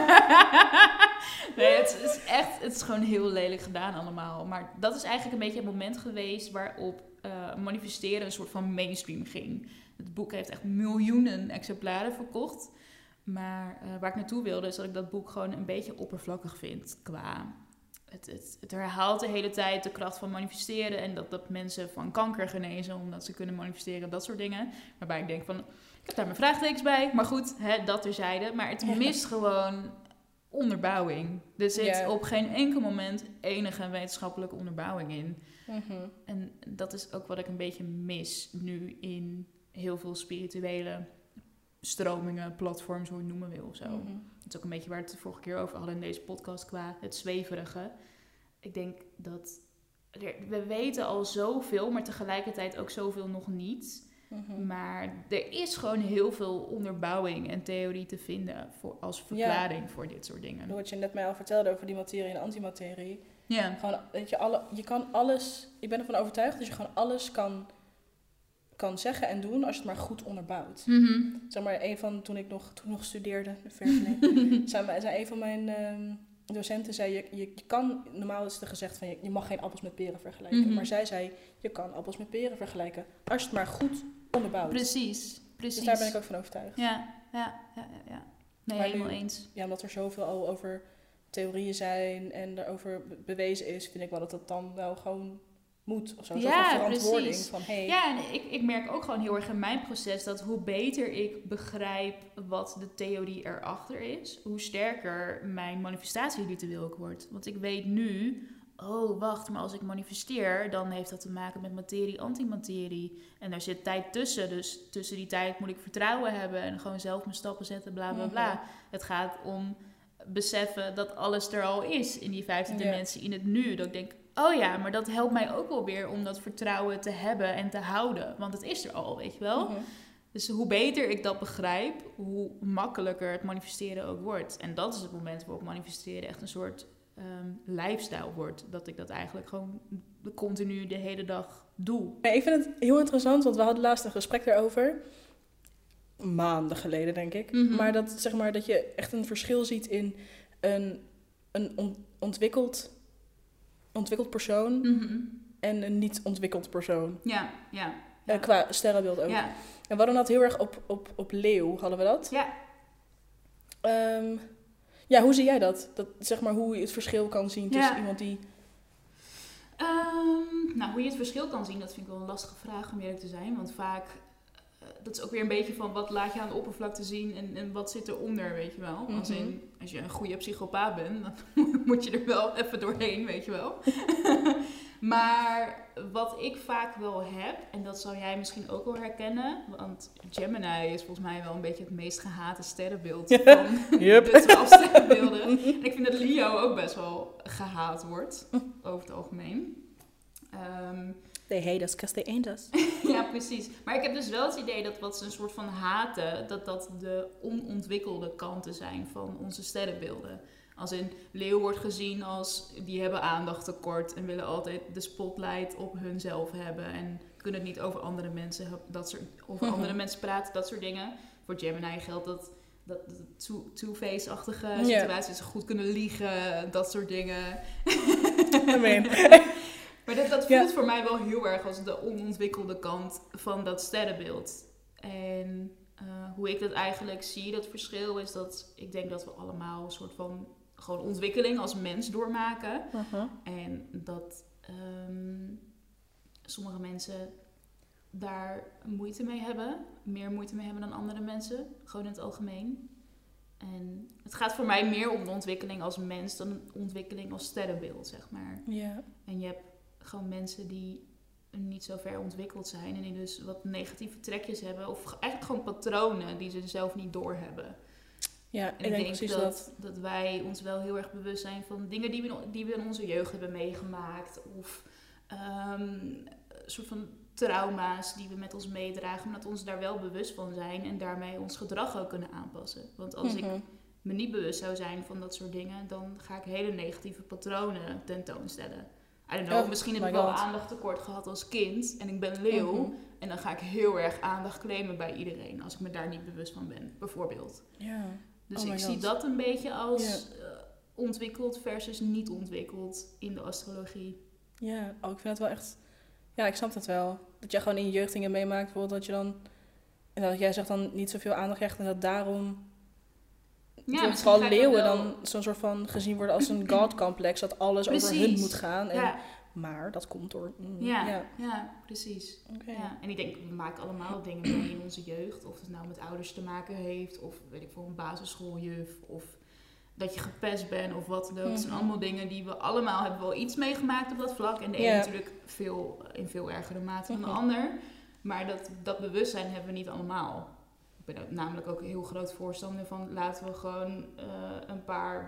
Nee, het is gewoon heel lelijk gedaan allemaal. Maar dat is eigenlijk een beetje het moment geweest waarop manifesteren een soort van mainstream ging. Het boek heeft echt miljoenen exemplaren verkocht. Maar waar ik naartoe wilde is dat ik dat boek gewoon een beetje oppervlakkig vind qua... Het herhaalt de hele tijd de kracht van manifesteren en dat mensen van kanker genezen omdat ze kunnen manifesteren, dat soort dingen. Waarbij ik denk van, ik heb daar mijn vraagtekens bij, maar goed, dat terzijde. Maar het mist gewoon onderbouwing. Er zit op geen enkel moment enige wetenschappelijke onderbouwing in. Mm-hmm. En dat is ook wat ik een beetje mis nu in heel veel spirituele stromingen, platforms, hoe je het noemen wil of zo. Mm-hmm. Het is ook een beetje waar we het de vorige keer over hadden in deze podcast qua het zweverige. Ik denk dat we weten al zoveel, maar tegelijkertijd ook zoveel nog niet. Mm-hmm. Maar er is gewoon heel veel onderbouwing en theorie te vinden als verklaring voor dit soort dingen. Wat je net mij al vertelde over die materie en antimaterie. Ja. Gewoon, weet je kan alles... Ik ben ervan overtuigd dat je gewoon alles kan zeggen en doen als je het maar goed onderbouwt. Mm-hmm. Zeg maar, toen ik nog studeerde, zei een van mijn docenten, zei je kan, normaal is er gezegd van je mag geen appels met peren vergelijken. Mm-hmm. Maar zij zei, je kan appels met peren vergelijken als je het maar goed onderbouwt. Precies. Dus daar ben ik ook van overtuigd. Ja. Nee, maar helemaal eens. Ja, omdat er zoveel al over theorieën zijn en daarover bewezen is, vind ik wel dat het dan wel gewoon moet of zo. Ja, verantwoording precies. Van, hey. Ja, en ik merk ook gewoon heel erg in mijn proces dat hoe beter ik begrijp wat de theorie erachter is, hoe sterker mijn manifestatieritueel ook wordt. Want ik weet nu, oh wacht, maar als ik manifesteer, dan heeft dat te maken met materie, antimaterie. En daar zit tijd tussen, dus tussen die tijd moet ik vertrouwen hebben en gewoon zelf mijn stappen zetten, bla bla bla. Mm-hmm. Het gaat om beseffen dat alles er al is in die 5e dimensie, in het nu. Dat ik denk, oh ja, maar dat helpt mij ook wel weer om dat vertrouwen te hebben en te houden. Want het is er al, weet je wel. Mm-hmm. Dus hoe beter ik dat begrijp, hoe makkelijker het manifesteren ook wordt. En dat is het moment waarop manifesteren echt een soort lifestyle wordt. Dat ik dat eigenlijk gewoon continu de hele dag doe. Ja, ik vind het heel interessant, want we hadden laatst een gesprek daarover. Maanden geleden, denk ik. Mm-hmm. Maar dat je echt een verschil ziet in een ontwikkeld persoon en een niet ontwikkeld persoon. Ja. Qua sterrenbeeld ook. Ja. En we hadden dat heel erg op leeuw, hadden we dat? Ja. Hoe zie jij dat? Zeg maar hoe je het verschil kan zien tussen iemand die... Hoe je het verschil kan zien, dat vind ik wel een lastige vraag om eerlijk te zijn. Want vaak, dat is ook weer een beetje van wat laat je aan de oppervlakte zien en wat zit eronder, weet je wel. Mm-hmm. Als je een goede psychopaat bent, dan moet je er wel even doorheen, weet je wel. Maar wat ik vaak wel heb, en dat zal jij misschien ook wel herkennen, want Gemini is volgens mij wel een beetje het meest gehate sterrenbeeld van de 12 sterrenbeelden. En ik vind dat Leo ook best wel gehaat wordt, over het algemeen. They hate us because they ain't us. Ja, precies. Maar ik heb dus wel het idee dat wat ze een soort van haten, dat de onontwikkelde kanten zijn van onze sterrenbeelden. Als in Leeuw wordt gezien als, die hebben aandachttekort en willen altijd de spotlight op hunzelf hebben. En kunnen het niet over andere mensen, andere mensen praten, dat soort dingen. Voor Gemini geldt dat two-face-achtige situaties. Goed kunnen liegen, dat soort dingen. Maar dat voelt voor mij wel heel erg als de onontwikkelde kant van dat sterrenbeeld. En hoe ik dat eigenlijk zie, dat verschil, is dat ik denk dat we allemaal een soort van gewoon ontwikkeling als mens doormaken. En dat sommige mensen daar moeite mee hebben. Meer moeite mee hebben dan andere mensen. Gewoon in het algemeen. En het gaat voor mij meer om de ontwikkeling als mens dan de ontwikkeling als sterrenbeeld, zeg maar. Ja. En je hebt gewoon mensen die niet zo ver ontwikkeld zijn en die dus wat negatieve trekjes hebben. Of eigenlijk gewoon patronen die ze zelf niet doorhebben. Ja, en ik denk precies dat wij ons wel heel erg bewust zijn van dingen die we in onze jeugd hebben meegemaakt. Of een soort van trauma's die we met ons meedragen. Maar dat we ons daar wel bewust van zijn en daarmee ons gedrag ook kunnen aanpassen. Want als ik me niet bewust zou zijn van dat soort dingen, dan ga ik hele negatieve patronen tentoonstellen. I don't know, misschien heb ik wel aandachttekort gehad als kind en ik ben leeuw. En dan ga ik heel erg aandacht claimen bij iedereen als ik me daar niet bewust van ben, bijvoorbeeld. Ja. Dus ik zie dat een beetje als ontwikkeld versus niet ontwikkeld in de astrologie. Ja, ik vind het wel echt... Ja, ik snap dat wel. Dat je gewoon in je jeugd dingen meemaakt, bijvoorbeeld dat je dan... En dat jij zegt dan niet zoveel aandacht krijgt en dat daarom... Ja, vooral leeuwen dan zo'n soort van gezien worden als een god-complex. Dat alles over hun moet gaan. En, maar dat komt door... Ja, precies. Okay. Ja. En ik denk, we maken allemaal dingen mee in onze jeugd. Of het nou met ouders te maken heeft. Of weet ik veel, een basisschooljuf. Of dat je gepest bent of wat dan ook. Het zijn allemaal dingen die we allemaal hebben wel iets meegemaakt op dat vlak. En de een natuurlijk in veel ergere mate dan de ander. Maar dat bewustzijn hebben we niet allemaal. Ik ben namelijk ook een heel groot voorstander van... laten we gewoon een paar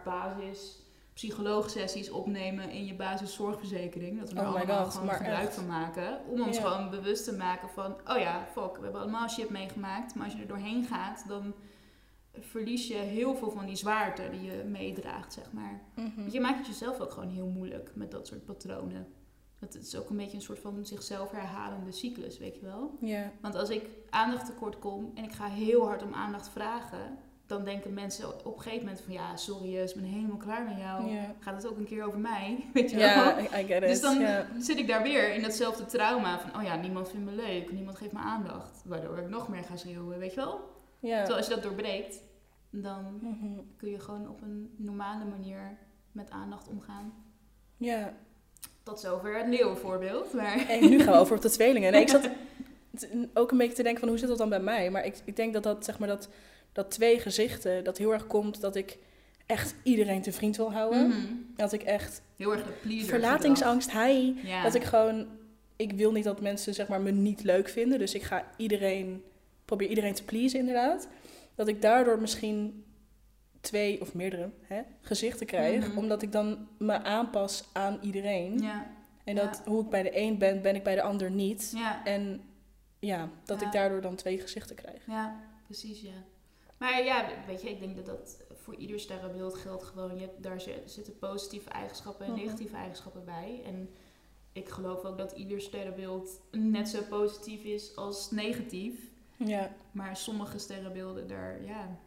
basispsycholoog-sessies opnemen in je basiszorgverzekering. Dat we er allemaal gewoon gebruik van maken. Om ons gewoon bewust te maken van... oh ja, fuck, we hebben allemaal shit meegemaakt. Maar als je er doorheen gaat, dan verlies je heel veel van die zwaarte die je meedraagt, zeg maar. Want je maakt het jezelf ook gewoon heel moeilijk met dat soort patronen. Het is ook een beetje een soort van zichzelf herhalende cyclus, weet je wel? Yeah. Want als ik aandacht tekort kom en ik ga heel hard om aandacht vragen... dan denken mensen op een gegeven moment van... ja, sorry, ik ben helemaal klaar met jou. Yeah. Gaat het ook een keer over mij? Weet je wel? Ja, I get it. Dus dan zit ik daar weer in datzelfde trauma van... oh ja, niemand vindt me leuk, niemand geeft me aandacht. Waardoor ik nog meer ga schreeuwen, weet je wel? Yeah. Terwijl als je dat doorbreekt... dan kun je gewoon op een normale manier met aandacht omgaan. Ja. Tot zover het leeuwenvoorbeeld. Maar... En nu gaan we over op de tweelingen. Nee, ik zat ook een beetje te denken van hoe zit dat dan bij mij? Maar ik denk dat zeg maar dat twee gezichten, dat heel erg komt dat ik echt iedereen te vriend wil houden. Dat ik echt... heel erg de pleaser. Verlatingsangst, Ja. Dat ik gewoon... Ik wil niet dat mensen zeg maar me niet leuk vinden. Dus ik ga probeer iedereen te pleasen inderdaad. Dat ik daardoor misschien 2 of meerdere gezichten krijg. Omdat ik dan me aanpas aan iedereen. Ja. En dat hoe ik bij de een ben ik bij de ander niet. Ja. En dat ik daardoor dan 2 gezichten krijg. Ja, precies, ja. Maar ja, weet je, ik denk dat voor ieder sterrenbeeld geldt gewoon... daar zitten positieve eigenschappen en negatieve eigenschappen bij. En ik geloof ook dat ieder sterrenbeeld net zo positief is als negatief. Ja. Maar sommige sterrenbeelden daar,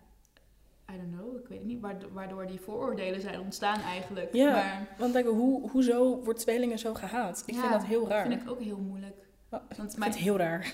I don't know, ik weet het niet, waardoor die vooroordelen zijn ontstaan eigenlijk. Ja, maar, want hoezo wordt tweelingen zo gehaat? Ik vind dat heel raar. Dat vind ik ook heel moeilijk. Ik vind het heel raar.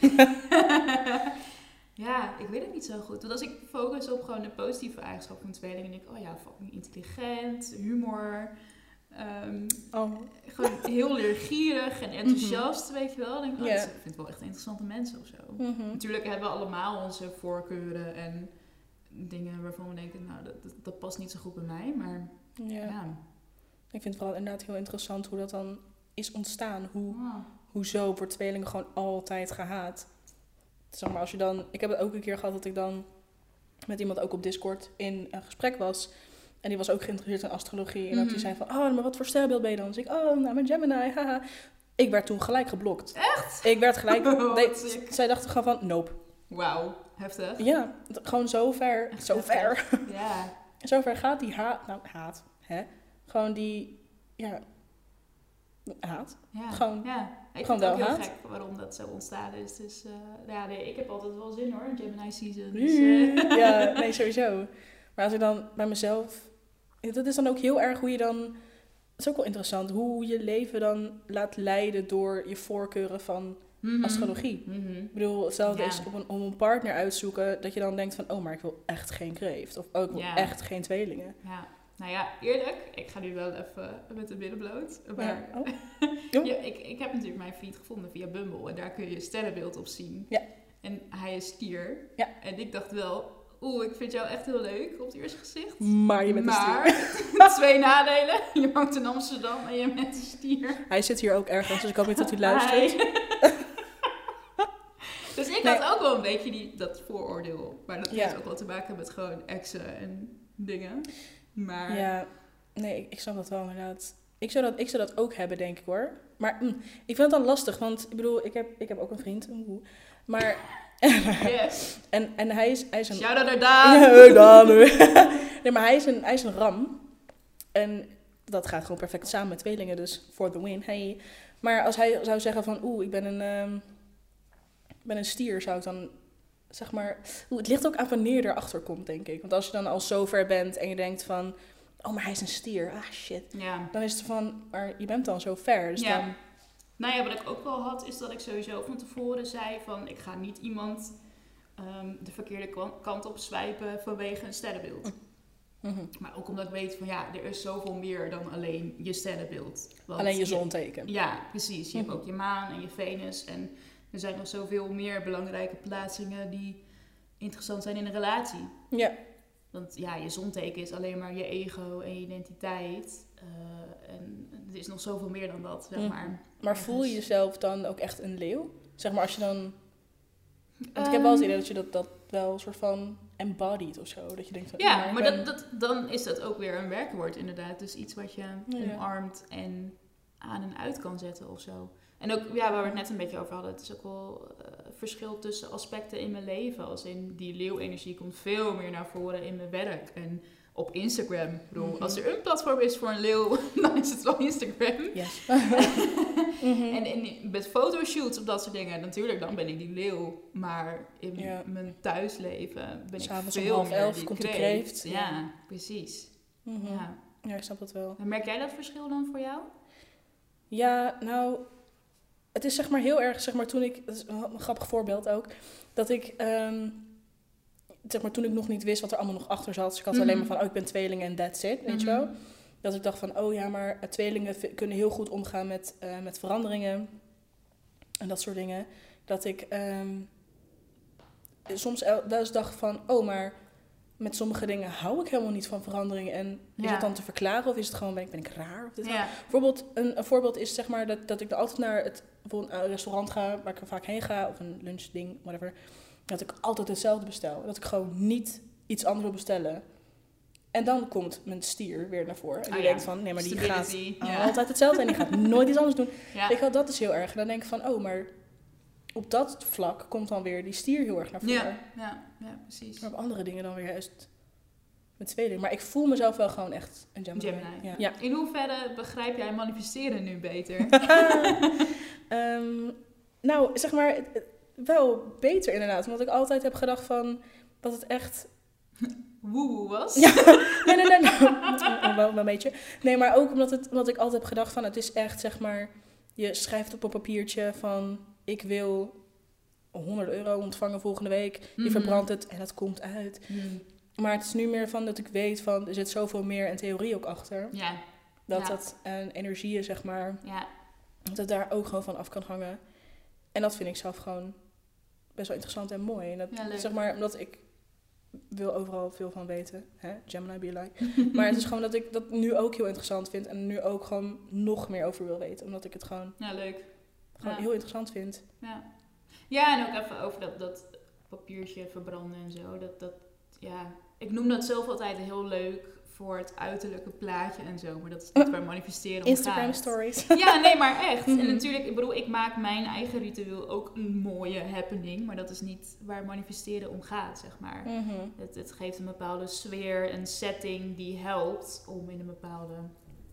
Ja, ik weet het niet zo goed. Want als ik focus op gewoon de positieve eigenschappen van tweelingen, denk ik, oh ja, fucking intelligent, humor... gewoon heel leergierig en enthousiast, weet je wel. Denk, ik vind het wel echt interessante mensen of zo. Natuurlijk hebben we allemaal onze voorkeuren en dingen waarvan we denken, nou, dat past niet zo goed bij mij, maar Ik vind het vooral inderdaad heel interessant hoe dat dan is ontstaan. Hoezo wordt tweelingen gewoon altijd gehaat? Zeg maar, als je dan... Ik heb het ook een keer gehad dat ik dan met iemand ook op Discord in een gesprek was... En die was ook geïnteresseerd in astrologie. En dat die zei van, maar wat voor sterrenbeeld ben je dan? Dus ik, nou, mijn Gemini, haha. Ik werd toen gelijk geblokt. Echt? Ik werd gelijk... zij dachten gewoon van, nope. Wauw, heftig. Ja, gewoon zo ver. Ja. Zo ver gaat die haat. Nou, haat, hè. Gewoon die, haat. Ja. Gewoon, ik gewoon vind het wel ook heel haat. gek waarom dat zo ontstaan is. Dus nee, ik heb altijd wel zin hoor, in Gemini season. Dus, Ja, nee, sowieso. Maar als ik dan bij mezelf... Dat is dan ook heel erg hoe je dan... Het is ook wel interessant, hoe je leven dan laat leiden door je voorkeuren van astrologie. Ik bedoel, hetzelfde is om een partner uitzoeken, dat je dan denkt van, oh, maar ik wil echt geen kreeft. Of, oh, ik wil echt geen tweelingen. Ja. Nou ja, eerlijk, ik ga nu wel even met de billen bloot. Maar ik heb natuurlijk mijn vriend gevonden via Bumble. En daar kun je sterrenbeeld op zien. Ja. En hij is stier. Ja. En ik dacht wel, ik vind jou echt heel leuk op het eerste gezicht. Maar je bent een stier. 2 nadelen. Je woont in Amsterdam en je bent een stier. Hij zit hier ook ergens, dus ik hoop niet dat hij luistert. Dus ik had ook wel een beetje dat vooroordeel. Maar dat heeft ook wel te maken met gewoon exen en dingen. Maar... Ja, nee, ik snap dat wel inderdaad. Ik zou dat ook hebben, denk ik hoor. Maar ik vind het dan lastig, want ik bedoel, ik heb ook een vriend. Maar... Yes. En hij is een... Shout-out naar Daan! Ja, Daan. Nee, maar hij is een ram. En dat gaat gewoon perfect samen met tweelingen, dus for the win. Hey. Maar als hij zou zeggen van, ik ben een stier, zou ik dan... Zeg maar, het ligt ook aan wanneer je erachter komt, denk ik. Want als je dan al zo ver bent en je denkt van... Oh, maar hij is een stier. Ah, shit. Ja. Dan is het van... Maar je bent dan zo ver. Dus dan... Nou ja, wat ik ook wel had, is dat ik sowieso van tevoren zei van... Ik ga niet iemand de verkeerde kant op swipen vanwege een sterrenbeeld. Maar ook omdat ik weet van er is zoveel meer dan alleen je sterrenbeeld. Want alleen je zonteken. Ja, precies. Je hebt ook je maan en je Venus en... Er zijn nog zoveel meer belangrijke plaatsingen die interessant zijn in een relatie. Ja. Want je zonteken is alleen maar je ego en je identiteit. En er is nog zoveel meer dan dat, zeg maar. Maar voel je jezelf dan ook echt een leeuw? Zeg maar als je dan... Want ik heb wel het idee dat je dat wel een soort van embodied of zo. Dat je denkt van... Ja, maar dan is dat ook weer een werkwoord inderdaad. Dus iets wat je omarmt en aan en uit kan zetten of zo. En ook, waar we het net een beetje over hadden, het is ook wel verschil tussen aspecten in mijn leven. Als in die leeuwenergie komt veel meer naar voren in mijn werk en op Instagram. Ik bedoel, als er een platform is voor een leeuw, dan is het wel Instagram. Yes. En met fotoshoots of dat soort dingen, natuurlijk, dan ben ik die leeuw. Maar in mijn thuisleven ben ik veel meer die komt kreeft. Ja, precies. Ja, ik snap dat wel. En merk jij dat verschil dan voor jou? Ja, nou... Het is zeg maar heel erg, zeg maar toen ik... Dat is een grappig voorbeeld ook. Dat ik... zeg maar toen ik nog niet wist wat er allemaal nog achter zat. Dus ik had alleen maar van, ik ben tweeling en that's it, weet je wel. Dat ik dacht van, maar tweelingen kunnen heel goed omgaan met veranderingen. En dat soort dingen. Dat ik soms wel eens dacht van, maar... Met sommige dingen hou ik helemaal niet van verandering. En is het dan te verklaren of is het gewoon, ben ik raar? Of dit Bijvoorbeeld, een voorbeeld is zeg maar dat ik altijd naar een restaurant ga, waar ik er vaak heen ga, of een lunchding, whatever. Dat ik altijd hetzelfde bestel. Dat ik gewoon niet iets anders wil bestellen. En dan komt mijn stier weer naar voren. En die denkt van, nee, maar die gaat altijd hetzelfde en die gaat nooit iets anders doen. Ja. Dat is heel erg. En dan denk ik van, maar... Op dat vlak komt dan weer die stier heel erg naar voren. Ja, precies. Maar op andere dingen dan weer juist met tweeling. Maar ik voel mezelf wel gewoon echt een Gemini. Ja. In hoeverre begrijp jij manifesteren nu beter? Nou, zeg maar, wel beter inderdaad. Omdat ik altijd heb gedacht van, dat het echt... woehoe was? Ja, nee. Wel een beetje. Nee, maar ook omdat ik altijd heb gedacht van, het is echt, zeg maar... Je schrijft op een papiertje van... Ik wil €100 ontvangen volgende week. Je verbrandt het en het komt uit. Maar het is nu meer van dat ik weet van... Er zit zoveel meer en theorie ook achter. Ja. Dat energieën, zeg maar... Ja. Dat het daar ook gewoon van af kan hangen. En dat vind ik zelf gewoon best wel interessant en mooi. En dat, zeg maar, omdat ik wil overal veel van weten. Hè? Gemini be like. Maar het is gewoon dat ik dat nu ook heel interessant vind. En nu ook gewoon nog meer over wil weten. Omdat ik het gewoon... Ja, leuk. Gewoon heel interessant vind. Ja, en ook even over dat papiertje verbranden en zo. Ik noem dat zelf altijd heel leuk voor het uiterlijke plaatje en zo. Maar dat is niet waar manifesteren om Instagram gaat. Stories. Ja, nee, maar echt. En natuurlijk, ik maak mijn eigen ritueel ook een mooie happening. Maar dat is niet waar manifesteren om gaat, zeg maar. Het geeft een bepaalde sfeer, een setting die helpt om in een bepaalde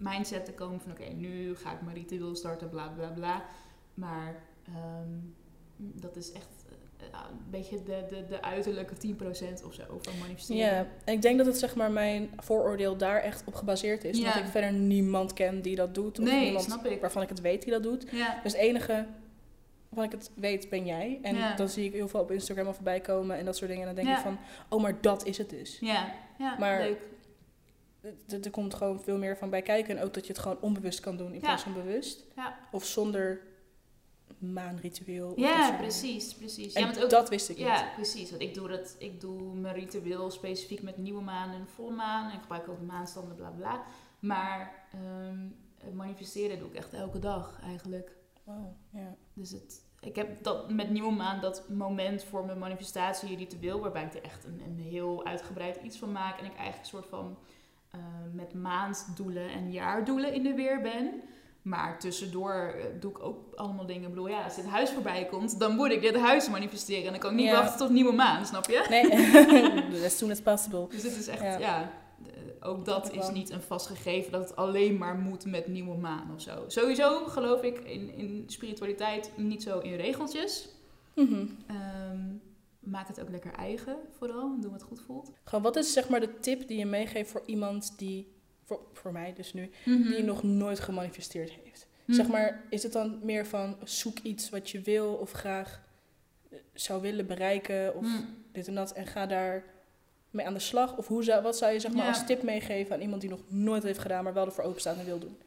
mindset te komen van oké, nu ga ik mijn ritueel starten, bla bla bla. Maar dat is echt een beetje de uiterlijke 10% of zo van manifesteren. Ja, en ik denk dat het zeg maar mijn vooroordeel daar echt op gebaseerd is. Dat ik verder niemand ken die dat doet. Of niemand snap ik. waarvan ik het weet die dat doet. Ja. Dus het enige waarvan ik het weet ben jij. En dan zie ik heel veel op Instagram al voorbij komen en dat soort dingen. En dan denk ik van, oh, maar dat is het dus. Ja, maar leuk. Er komt gewoon veel meer van bij kijken. En ook dat je het gewoon onbewust kan doen in plaats van bewust. Ja. Of zonder maanritueel. Ja, precies. En ja, ook, dat wist ik niet. Ja, precies. Want ik doe mijn ritueel specifiek met nieuwe maan en volle maan. En ik gebruik ook de maanstanden, bla bla. Maar manifesteren doe ik echt elke dag eigenlijk. Wow, ja. Dus ik heb dat met nieuwe maan dat moment voor mijn manifestatie-ritueel, waarbij ik er echt een heel uitgebreid iets van maak. En ik eigenlijk een soort van met maanddoelen en jaardoelen in de weer ben. Maar tussendoor doe ik ook allemaal dingen. Ik bedoel, ja, als dit huis voorbij komt, dan moet ik dit huis manifesteren. En dan kan ik niet wachten tot nieuwe maan, snap je? Nee, as soon as possible. Dus het is echt, ook dat is niet een vast gegeven dat het alleen maar moet met nieuwe maan of zo. Sowieso geloof ik in spiritualiteit niet zo in regeltjes. Mm-hmm. Maak het ook lekker eigen, vooral. Doe wat goed voelt. Gewoon, wat is zeg maar de tip die je meegeeft voor iemand die, voor mij dus nu, die nog nooit gemanifesteerd heeft? Zeg maar, is het dan meer van zoek iets wat je wil of graag zou willen bereiken of dit en dat en ga daar mee aan de slag? Of wat zou je zeg maar als tip meegeven aan iemand die nog nooit heeft gedaan, maar wel ervoor open staat en wil doen?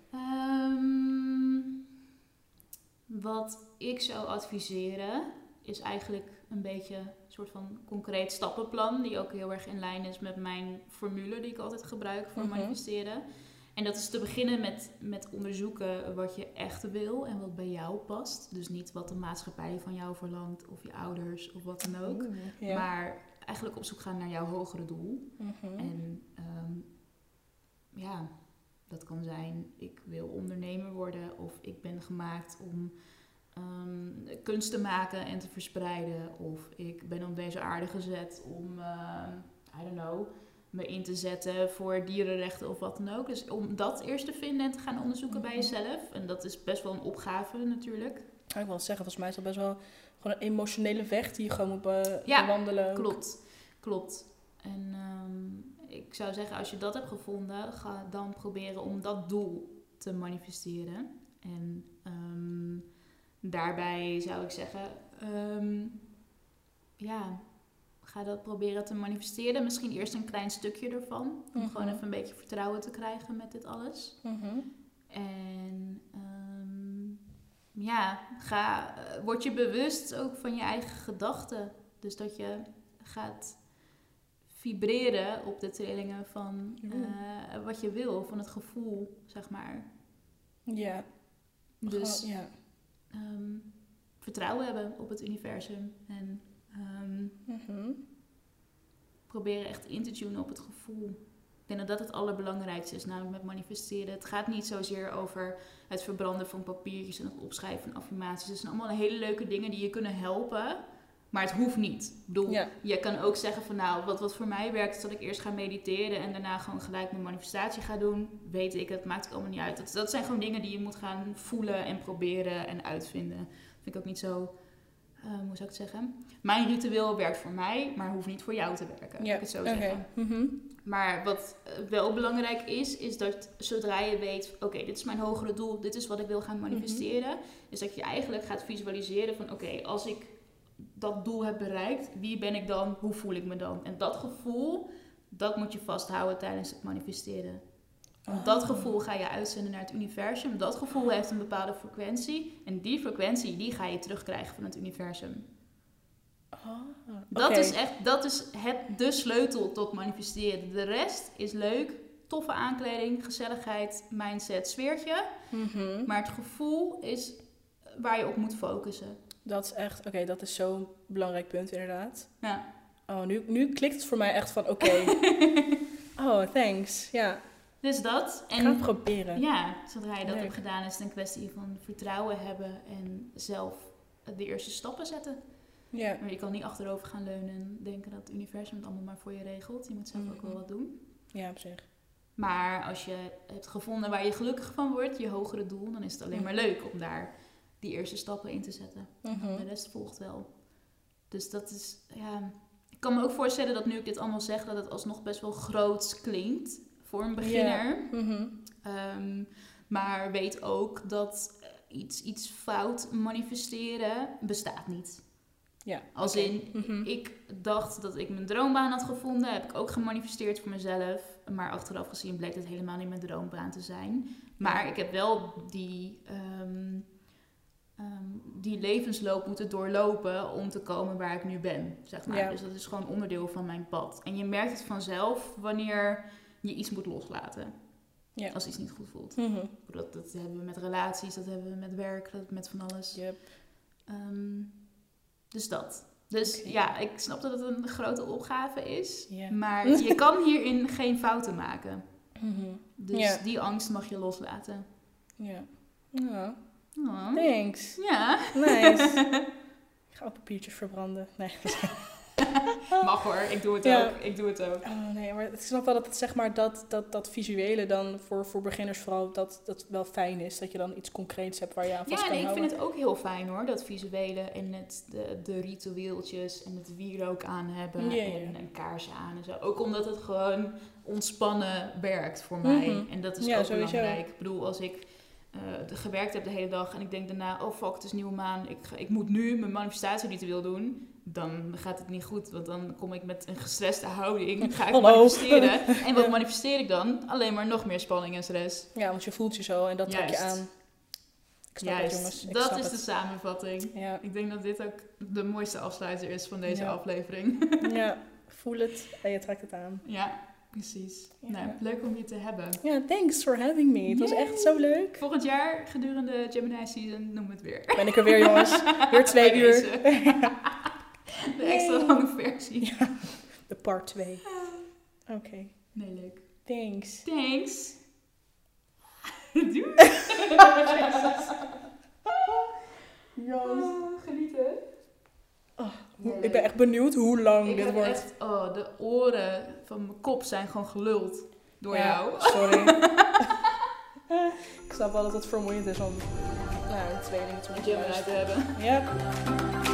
Wat ik zou adviseren is eigenlijk een beetje een soort van concreet stappenplan, die ook heel erg in lijn is met mijn formule die ik altijd gebruik voor manifesteren. En dat is te beginnen met onderzoeken wat je echt wil en wat bij jou past. Dus niet wat de maatschappij van jou verlangt of je ouders of wat dan ook. Maar eigenlijk op zoek gaan naar jouw hogere doel. En dat kan zijn, ik wil ondernemer worden of ik ben gemaakt om kunst te maken en te verspreiden. Of ik ben op deze aarde gezet om, me in te zetten voor dierenrechten of wat dan ook. Dus om dat eerst te vinden en te gaan onderzoeken bij jezelf. En dat is best wel een opgave natuurlijk. Ik wil zeggen, volgens mij is dat best wel gewoon een emotionele weg die je gewoon moet bewandelen. Klopt. En ik zou zeggen, als je dat hebt gevonden, ga dan proberen om dat doel te manifesteren. En daarbij zou ik zeggen, ga dat proberen te manifesteren. Misschien eerst een klein stukje ervan. Om gewoon even een beetje vertrouwen te krijgen met dit alles. En word je bewust ook van je eigen gedachten. Dus dat je gaat vibreren op de trillingen van wat je wil. Van het gevoel, zeg maar. Ja. Dus vertrouwen hebben op het universum. En proberen echt in te tunen op het gevoel. Ik denk dat dat het allerbelangrijkste is, namelijk met manifesteren. Het gaat niet zozeer over het verbranden van papiertjes en het opschrijven van affirmaties. Het zijn allemaal hele leuke dingen die je kunnen helpen, maar het hoeft niet. Ik bedoel, je kan ook zeggen van wat voor mij werkt is dat ik eerst ga mediteren en daarna gewoon gelijk mijn manifestatie ga doen. Weet ik, het maakt ook allemaal niet uit. Dat zijn gewoon dingen die je moet gaan voelen en proberen en uitvinden. Dat vind ik ook niet zo... hoe zou ik het zeggen? Mijn ritueel werkt voor mij, maar hoeft niet voor jou te werken. Ik het zo zeggen. Maar wat wel belangrijk is dat zodra je weet, oké, dit is mijn hogere doel, dit is wat ik wil gaan manifesteren, is dat je eigenlijk gaat visualiseren van oké, als ik dat doel heb bereikt, wie ben ik dan, hoe voel ik me dan? En dat gevoel, dat moet je vasthouden tijdens het manifesteren. Want dat gevoel ga je uitzenden naar het universum. Dat gevoel heeft een bepaalde frequentie. En die frequentie, die ga je terugkrijgen van het universum. Dat is de sleutel tot manifesteren. De rest is leuk, toffe aankleding, gezelligheid, mindset, sfeertje. Maar het gevoel is waar je op moet focussen. Dat is echt, dat is zo'n belangrijk punt inderdaad. Ja. Oh, nu klikt het voor mij echt van oh, thanks. Ja. Dus dat. En ga het proberen. Ja, zodra je dat hebt gedaan, is het een kwestie van vertrouwen hebben en zelf de eerste stappen zetten. Ja. Maar je kan niet achterover gaan leunen en denken dat het universum het allemaal maar voor je regelt. Je moet zelf ook wel wat doen. Ja, op zich. Maar als je hebt gevonden waar je gelukkig van wordt, je hogere doel, dan is het alleen maar leuk om daar die eerste stappen in te zetten. En de rest volgt wel. Dus dat is, ja... Ik kan me ook voorstellen dat nu ik dit allemaal zeg, dat het alsnog best wel groots klinkt voor een beginner. Maar weet ook dat iets fout manifesteren bestaat niet. Ja. Als in, ik dacht dat ik mijn droombaan had gevonden, heb ik ook gemanifesteerd voor mezelf. Maar achteraf gezien bleek het helemaal niet mijn droombaan te zijn. Maar ik heb wel die levensloop moeten doorlopen om te komen waar ik nu ben, zeg maar. Ja. Dus dat is gewoon onderdeel van mijn pad. En je merkt het vanzelf wanneer je iets moet loslaten. Ja. Als iets niet goed voelt. Dat hebben we met relaties, dat hebben we met werk, dat met van alles. Yep. Dus dat. Dus ja, ik snap dat het een grote opgave is. Yeah. Maar je kan hierin geen fouten maken. Dus die angst mag je loslaten. Ja. Thanks. Ja. Nice. Ik ga ook papiertjes verbranden. Nee. Mag hoor, ik doe het ook. Ik doe het ook. Oh nee, maar ik snap wel dat het, zeg maar, dat visuele dan voor beginners vooral dat wel fijn is. Dat je dan iets concreets hebt waar je aan vast kan houden. Ja, en ik vind het ook heel fijn hoor, dat visuele en de ritueeltjes en het wierook aan hebben en een kaarsje aan en zo. Ook omdat het gewoon ontspannen werkt voor mij. En dat is ook belangrijk. Ik bedoel, als ik gewerkt heb de hele dag en ik denk daarna, oh fuck, het is nieuwe maan, ik moet nu mijn manifestatieritueel doen, dan gaat het niet goed, want dan kom ik met een gestreste houding, ga ik manifesteren. En wat manifesteer ik dan? Alleen maar nog meer spanning en stress. Ja, want je voelt je zo en dat trek je aan. Ik snap het, jongens. Dat is de samenvatting. Ja. Ik denk dat dit ook de mooiste afsluiter is van deze aflevering. Ja, voel het en je trekt het aan. Ja. Precies. Ja. Nou, leuk om je te hebben. Ja, thanks for having me. Het was echt zo leuk. Volgend jaar, gedurende Gemini Season, noem het weer. Ben ik er weer, jongens. Weer 2 uur. De extra lange versie. Ja, de part 2. Oké. Nee, leuk. Thanks. Doei. Genieten. Ik ben echt benieuwd hoe lang dit wordt. Echt, de oren van mijn kop zijn gewoon geluld door jou. Sorry. Ik snap wel dat het vermoeiend is om een tweeling te moeten hebben. Ja.